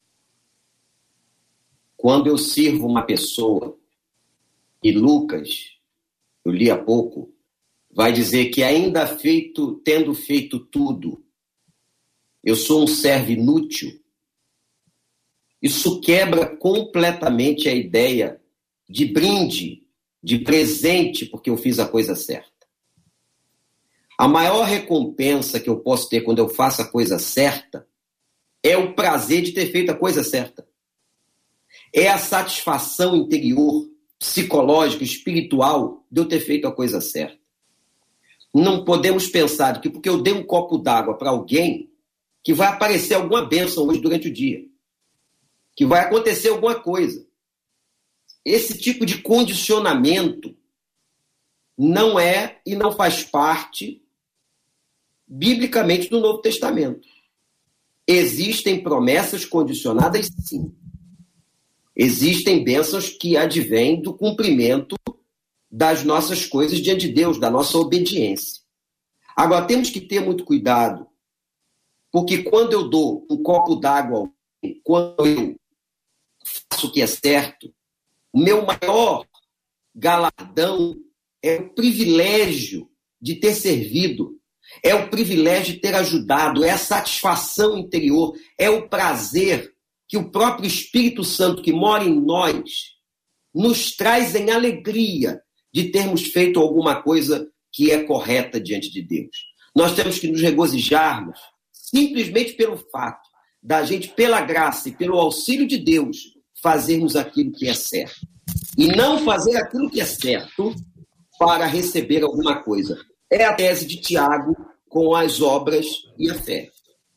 F: quando eu sirvo uma pessoa, e Lucas, eu li há pouco, vai dizer que ainda feito, tendo feito tudo, eu sou um servo inútil. Isso quebra completamente a ideia de brinde, de presente, porque eu fiz a coisa certa. A maior recompensa que eu posso ter quando eu faço a coisa certa é o prazer de ter feito a coisa certa. É a satisfação interior, psicológica, espiritual de eu ter feito a coisa certa. Não podemos pensar que porque eu dei um copo d'água para alguém que vai aparecer alguma bênção hoje durante o dia, que vai acontecer alguma coisa. Esse tipo de condicionamento não é e não faz parte biblicamente do Novo Testamento. Existem promessas condicionadas, sim. Existem bênçãos que advêm do cumprimento das nossas coisas diante de Deus, da nossa obediência. Agora, temos que ter muito cuidado, porque quando eu dou um copo d'água, quando eu faço o que é certo, o meu maior galardão é o privilégio de ter servido, é o privilégio de ter ajudado, é a satisfação interior, é o prazer que o próprio Espírito Santo que mora em nós nos traz em alegria de termos feito alguma coisa que é correta diante de Deus. Nós temos que nos regozijarmos simplesmente pelo fato da gente, pela graça e pelo auxílio de Deus, fazermos aquilo que é certo. E não fazer aquilo que é certo para receber alguma coisa. É a tese de Tiago com as obras e a fé.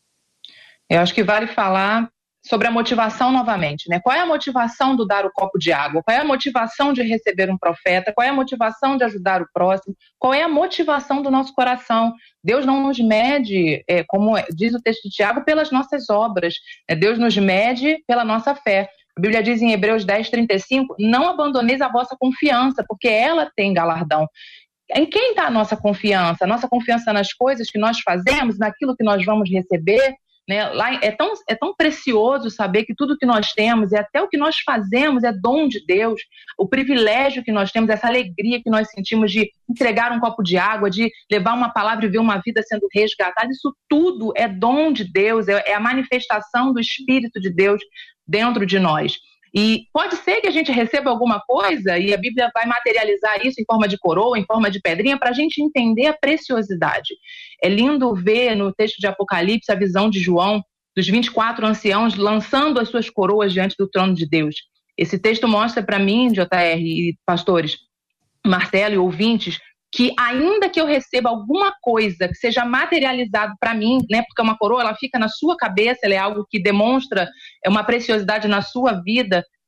E: Eu acho que vale falar sobre a motivação novamente, né? Qual é a motivação do dar o copo de água? Qual é a motivação de receber um profeta? Qual é a motivação de ajudar o próximo? Qual é a motivação do nosso coração? Deus não nos mede, é, como diz o texto de Tiago, pelas nossas obras. É, Deus nos mede pela nossa fé. A Bíblia diz em Hebreus dez, trinta e cinco, não abandoneis a vossa confiança, porque ela tem galardão. Em quem está a nossa confiança? A nossa confiança nas coisas que nós fazemos, naquilo que nós vamos receber, né? Lá é tão, é tão precioso saber que tudo que nós temos e até o que nós fazemos é dom de Deus. O privilégio que nós temos, essa alegria que nós sentimos de entregar um copo de água, de levar uma palavra e ver uma vida sendo resgatada, isso tudo é dom de Deus, é, é a manifestação do Espírito de Deus dentro de nós. E pode ser que a gente receba alguma coisa e a Bíblia vai materializar isso em forma de coroa, em forma de pedrinha, para a gente entender a preciosidade. É lindo ver no texto de Apocalipse a visão de João, dos vinte e quatro anciãos lançando as suas coroas diante do trono de Deus. Esse texto mostra para mim, J R e pastores, Marcelo e ouvintes, que ainda que eu receba alguma coisa que seja materializado para mim, né, porque uma coroa ela fica na sua cabeça, ela é algo que demonstra uma preciosidade na sua vida,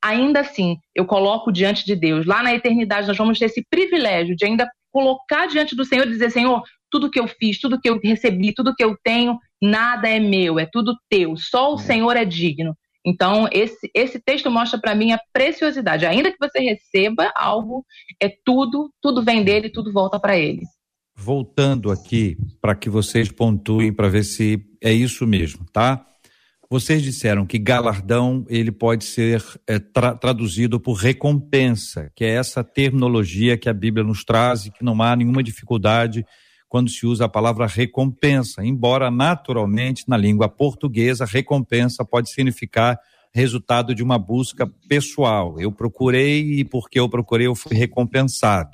E: ainda assim, eu coloco diante de Deus. Lá na eternidade, nós vamos ter esse privilégio de ainda colocar diante do Senhor e dizer, Senhor, tudo que eu fiz, tudo que eu recebi, tudo que eu tenho, nada é meu, é tudo teu. Só o Senhor é digno. Então, esse, esse texto mostra para mim a preciosidade. Ainda que você receba algo, é tudo, tudo vem dele, tudo volta para ele.
B: Voltando aqui, para que vocês pontuem, para ver se é isso mesmo, tá? Vocês disseram que galardão, ele pode ser é, tra- traduzido por recompensa, que é essa terminologia que a Bíblia nos traz e que não há nenhuma dificuldade quando se usa a palavra recompensa, embora naturalmente na língua portuguesa recompensa pode significar resultado de uma busca pessoal. Eu procurei e porque eu procurei eu fui recompensado.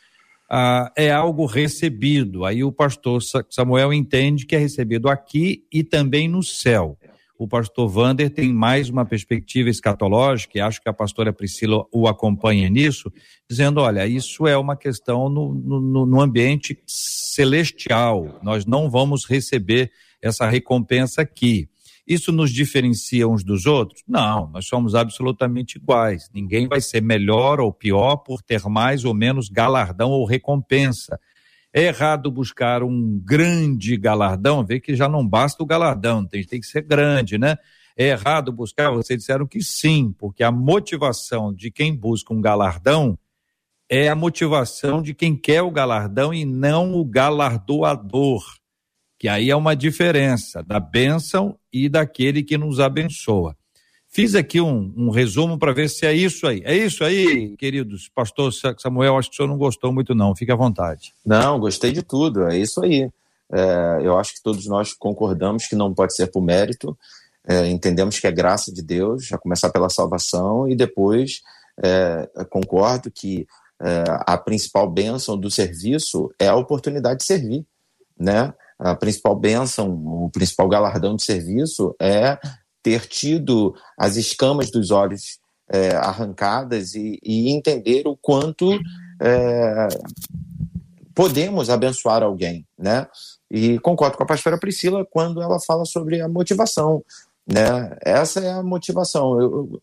B: Ah, é algo recebido. Aí o pastor Samuel entende que é recebido aqui e também no céu. O pastor Wander tem mais uma perspectiva escatológica, e acho que a pastora Priscila o acompanha nisso, dizendo, olha, isso é uma questão no, no, no ambiente celestial, nós não vamos receber essa recompensa aqui. Isso nos diferencia uns dos outros? Não, nós somos absolutamente iguais, ninguém vai ser melhor ou pior por ter mais ou menos galardão ou recompensa. É errado buscar um grande galardão, vê que já não basta o galardão, tem, tem que ser grande, né? É errado buscar, vocês disseram que sim, porque a motivação de quem busca um galardão é a motivação de quem quer o galardão e não o galardoador, que aí é uma diferença da bênção e daquele que nos abençoa. Fiz aqui um, um resumo para ver se é isso aí. É isso aí, queridos. Pastor Samuel, acho que o senhor não gostou muito não, fique à vontade.
D: Não, gostei de tudo, é isso aí. É, eu acho que todos nós concordamos que não pode ser por mérito, é, entendemos que é graça de Deus, a começar pela salvação, e depois é, concordo que é, a principal bênção do serviço é a oportunidade de servir, né? A principal bênção, o principal galardão de serviço é ter tido as escamas dos olhos é, arrancadas e, e entender o quanto é, podemos abençoar alguém, né? E concordo com a pastora Priscila quando ela fala sobre a motivação, né? Essa é a motivação. Eu,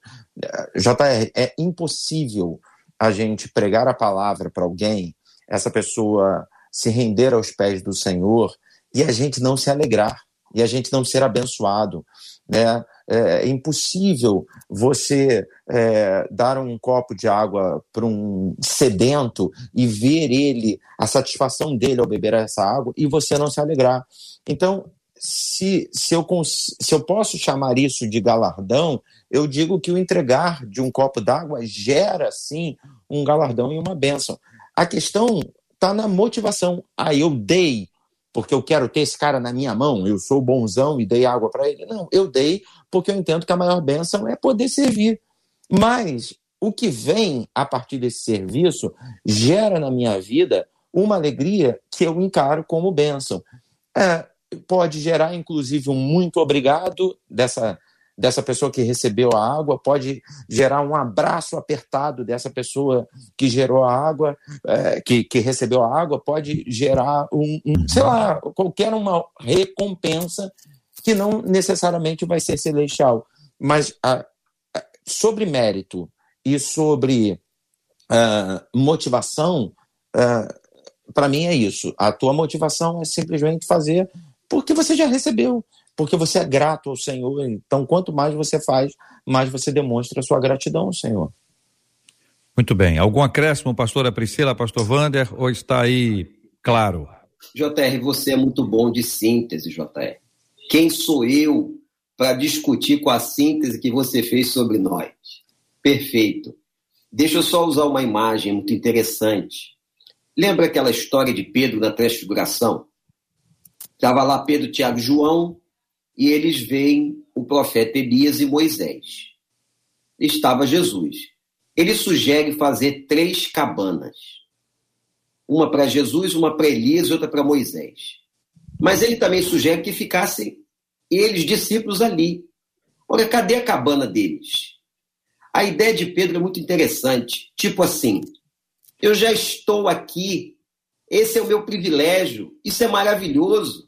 D: J R, é impossível a gente pregar a palavra para alguém, essa pessoa se render aos pés do Senhor e a gente não se alegrar, e a gente não ser abençoado, né? É impossível você é, dar um copo de água para um sedento e ver ele, a satisfação dele ao beber essa água, e você não se alegrar. Então, se, se, eu, se eu posso chamar isso de galardão, eu digo que o entregar de um copo d'água gera, sim, um galardão e uma bênção. A questão está na motivação. Ah, eu dei porque eu quero ter esse cara na minha mão, eu sou bonzão e dei água para ele. Não, eu dei porque eu entendo que a maior bênção é poder servir. Mas o que vem a partir desse serviço gera na minha vida uma alegria que eu encaro como bênção. É, pode gerar, inclusive, um muito obrigado dessa, dessa pessoa que recebeu a água, pode gerar um abraço apertado dessa pessoa que gerou a água, é, que, que recebeu a água, pode gerar um, um, sei lá, qualquer uma recompensa que não necessariamente vai ser celestial. Mas a, a, sobre mérito e sobre uh, motivação, uh, para mim é isso. A tua motivação é simplesmente fazer porque você já recebeu, porque você é grato ao Senhor. Então, quanto mais você faz, mais você demonstra a sua gratidão ao Senhor.
B: Muito bem. Algum acréscimo, pastora Priscila, pastor Wander, ou está aí claro?
F: J R, você é muito bom de síntese, J R. Quem sou eu para discutir com a síntese que você fez sobre nós? Perfeito. Deixa eu só usar uma imagem muito interessante. Lembra aquela história de Pedro na transfiguração? Estava lá Pedro, Tiago e João, e eles veem o profeta Elias e Moisés. Estava Jesus. Ele sugere fazer três cabanas. Uma para Jesus, uma para Elias e outra para Moisés. Mas ele também sugere que ficassem eles, discípulos, ali. Olha, cadê a cabana deles? A ideia de Pedro é muito interessante. Tipo assim, eu já estou aqui, esse é o meu privilégio, isso é maravilhoso.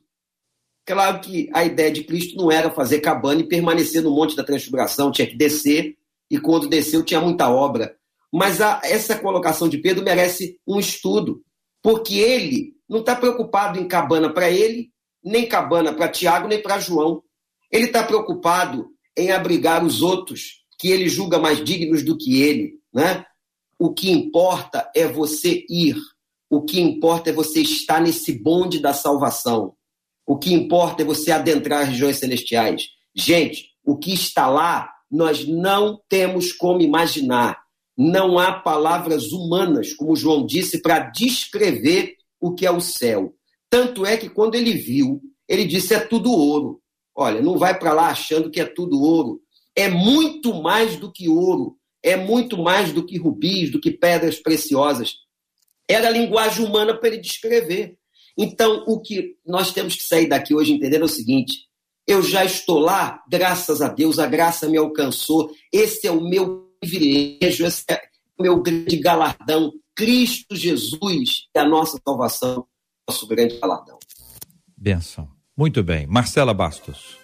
F: Claro que a ideia de Cristo não era fazer cabana e permanecer no Monte da Transfiguração, tinha que descer e quando desceu tinha muita obra. Mas a, essa colocação de Pedro merece um estudo, porque ele não está preocupado em cabana para ele, nem cabana para Tiago, nem para João. Ele está preocupado em abrigar os outros, que ele julga mais dignos do que ele, né? O que importa é você ir. O que importa é você estar nesse bonde da salvação. O que importa é você adentrar as regiões celestiais. Gente, o que está lá, nós não temos como imaginar. Não há palavras humanas, como João disse, para descrever o que é o céu. Tanto é que quando ele viu, ele disse, é tudo ouro. Olha, não vai para lá achando que é tudo ouro. É muito mais do que ouro. É muito mais do que rubis, do que pedras preciosas. Era a linguagem humana para ele descrever. Então, o que nós temos que sair daqui hoje entendendo é o seguinte: eu já estou lá, graças a Deus, a graça me alcançou. Esse é o meu privilégio, esse é o meu grande galardão. Cristo Jesus é a nossa salvação, nosso grande galardão.
B: Benção. Muito bem. Marcela Bastos.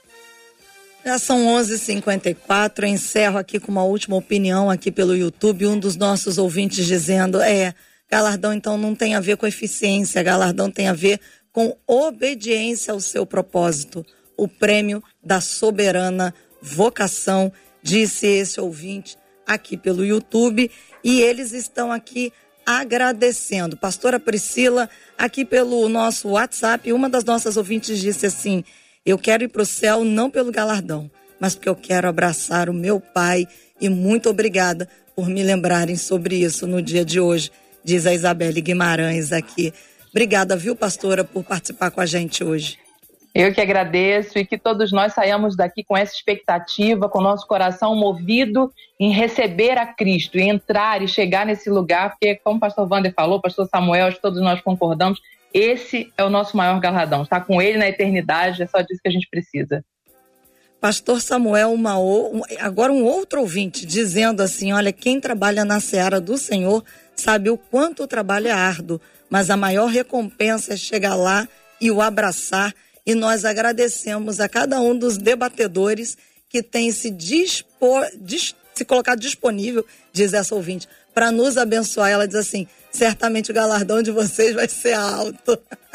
C: Já são onze e cinquenta e quatro, eu encerro aqui com uma última opinião aqui pelo YouTube, um dos nossos ouvintes dizendo, é, galardão então não tem a ver com eficiência, galardão tem a ver com obediência ao seu propósito, o prêmio da soberana vocação, disse esse ouvinte aqui pelo YouTube, e eles estão aqui agradecendo. Pastora Priscila, aqui pelo nosso WhatsApp, uma das nossas ouvintes disse assim, eu quero ir para o céu não pelo galardão, mas porque eu quero abraçar o meu pai e muito obrigada por me lembrarem sobre isso no dia de hoje, diz a Isabelle Guimarães aqui. Obrigada, viu, pastora, por participar com a gente hoje.
E: Eu que agradeço e que todos nós saiamos daqui com essa expectativa, com o nosso coração movido em receber a Cristo, em entrar e chegar nesse lugar, porque como o pastor Wander falou, o pastor Samuel, acho que todos nós concordamos, esse é o nosso maior galardão, estar com ele na eternidade, é só disso que a gente precisa.
C: Pastor Samuel, uma, agora um outro ouvinte dizendo assim, olha, quem trabalha na seara do Senhor sabe o quanto o trabalho é árduo, mas a maior recompensa é chegar lá e o abraçar, e nós agradecemos a cada um dos debatedores que tem se, dispor, dis, se colocado disponível, diz essa ouvinte, para nos abençoar. Ela diz assim, certamente o galardão de vocês vai ser alto.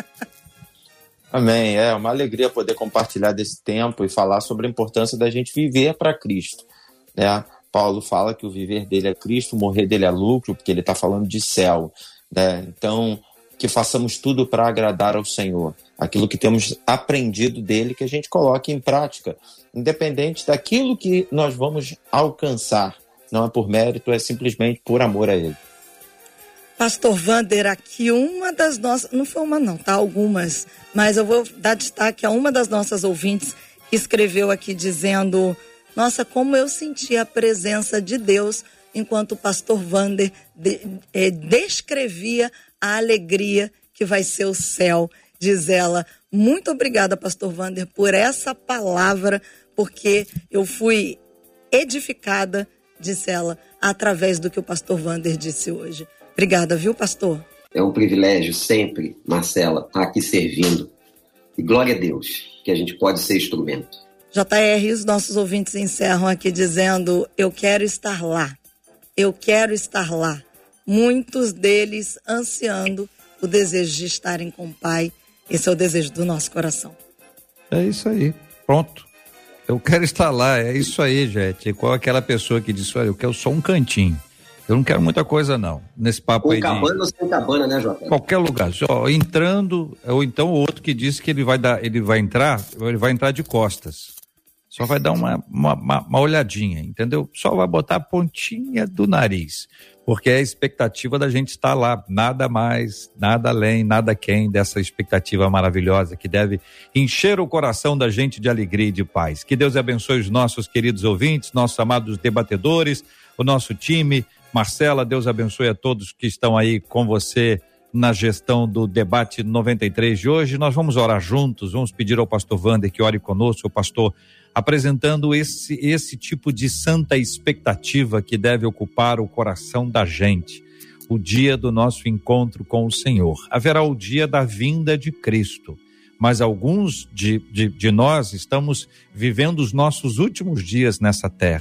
D: Amém. É uma alegria poder compartilhar desse tempo e falar sobre a importância da gente viver para Cristo. Né? Paulo fala que o viver dele é Cristo, o morrer dele é lucro, porque ele está falando de céu. Né? Então, que façamos tudo para agradar ao Senhor. Aquilo que temos aprendido dele, que a gente coloque em prática, independente daquilo que nós vamos alcançar. Não é por mérito, é simplesmente por amor a ele.
C: Pastor Wander, aqui uma das nossas, não foi uma não, tá? Algumas, mas eu vou dar destaque a uma das nossas ouvintes que escreveu aqui dizendo, nossa, como eu senti a presença de Deus enquanto o pastor Wander de, é, descrevia a alegria que vai ser o céu, diz ela. Muito obrigada, pastor Wander, por essa palavra, porque eu fui edificada, disse ela, através do que o pastor Wander disse hoje. Obrigada, viu, pastor?
F: É um privilégio sempre, Marcela, estar aqui servindo. E glória a Deus, que a gente pode ser instrumento.
C: J R, os nossos ouvintes encerram aqui dizendo, eu quero estar lá, eu quero estar lá. Muitos deles ansiando o desejo de estarem com o Pai. Esse é o desejo do nosso coração.
B: É isso aí, pronto. Eu quero estar lá, é isso aí, gente. Igual aquela pessoa que disse, olha, eu quero só um cantinho. Eu não quero muita coisa, não. Nesse papo
F: com
B: aí
F: cabana
B: de...
F: ou sem cabana, né, Jota?
B: Qualquer lugar. Só entrando, ou então o outro que disse que ele vai dar, ele vai entrar, ele vai entrar de costas. Só vai dar uma, uma, uma, uma olhadinha, entendeu? Só vai botar a pontinha do nariz. Porque é a expectativa da gente estar lá. Nada mais, nada além, nada quem dessa expectativa maravilhosa que deve encher o coração da gente de alegria e de paz. Que Deus abençoe os nossos queridos ouvintes, nossos amados debatedores, o nosso time. Marcela, Deus abençoe a todos que estão aí com você na gestão do debate noventa e três de hoje. Nós vamos orar juntos, vamos pedir ao pastor Wander que ore conosco, o pastor, apresentando esse, esse tipo de santa expectativa que deve ocupar o coração da gente. O dia do nosso encontro com o Senhor. Haverá o dia da vinda de Cristo, mas alguns de, de, de nós estamos vivendo os nossos últimos dias nessa terra.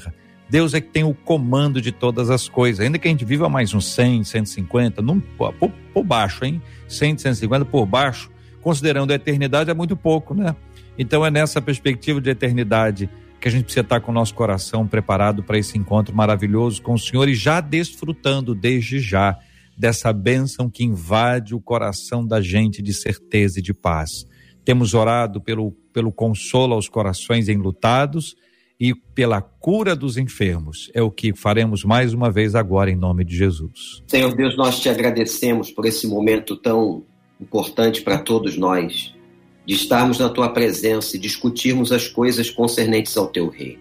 B: Deus é que tem o comando de todas as coisas, ainda que a gente viva mais uns cem, cento e cinquenta, num, por, por baixo, hein? cem, cento e cinquenta por baixo, considerando a eternidade é muito pouco, né? Então é nessa perspectiva de eternidade que a gente precisa estar com o nosso coração preparado para esse encontro maravilhoso com o Senhor e já desfrutando desde já dessa bênção que invade o coração da gente de certeza e de paz. Temos orado pelo, pelo consolo aos corações enlutados e pela cura dos enfermos. É o que faremos mais uma vez agora em nome de Jesus.
F: Senhor Deus, nós te agradecemos por esse momento tão importante para todos nós, de estarmos na tua presença e discutirmos as coisas concernentes ao teu reino.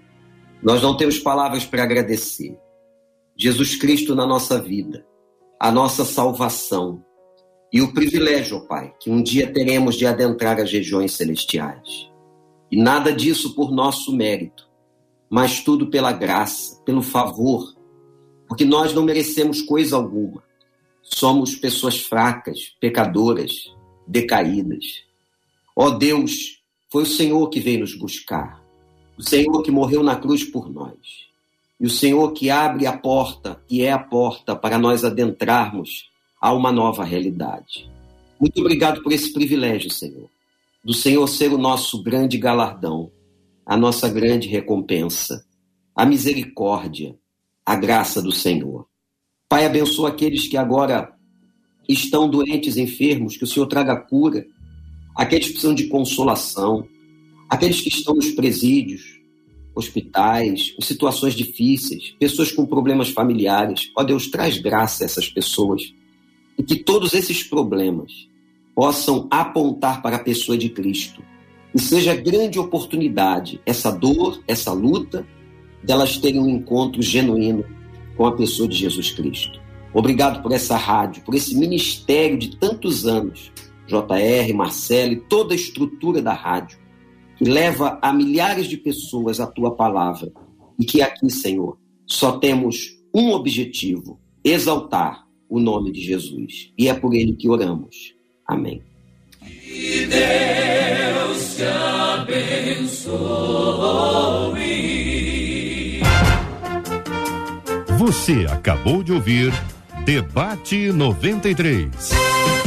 F: Nós não temos palavras para agradecer. Jesus Cristo na nossa vida, a nossa salvação e o privilégio, ó Pai, que um dia teremos de adentrar as regiões celestiais. E nada disso por nosso mérito, mas tudo pela graça, pelo favor, porque nós não merecemos coisa alguma. Somos pessoas fracas, pecadoras, decaídas. Ó Deus, foi o Senhor que veio nos buscar, o Senhor que morreu na cruz por nós, e o Senhor que abre a porta, e é a porta para nós adentrarmos a uma nova realidade. Muito obrigado por esse privilégio, Senhor, do Senhor ser o nosso grande galardão, a nossa grande recompensa, a misericórdia, a graça do Senhor. Pai, abençoa aqueles que agora estão doentes, enfermos, que o Senhor traga cura, aqueles que precisam de consolação, aqueles que estão nos presídios, hospitais, em situações difíceis, pessoas com problemas familiares. Ó Deus, traz graça a essas pessoas e que todos esses problemas possam apontar para a pessoa de Cristo e seja grande oportunidade essa dor, essa luta, delas terem um encontro genuíno com a pessoa de Jesus Cristo. Obrigado por essa rádio, por esse ministério de tantos anos, J R, Marcelo e toda a estrutura da rádio, que leva a milhares de pessoas a tua palavra, e que aqui, Senhor, só temos um objetivo: exaltar o nome de Jesus. E é por ele que oramos. Amém.
G: Que Deus te abençoe.
A: Você acabou de ouvir Debate noventa e três.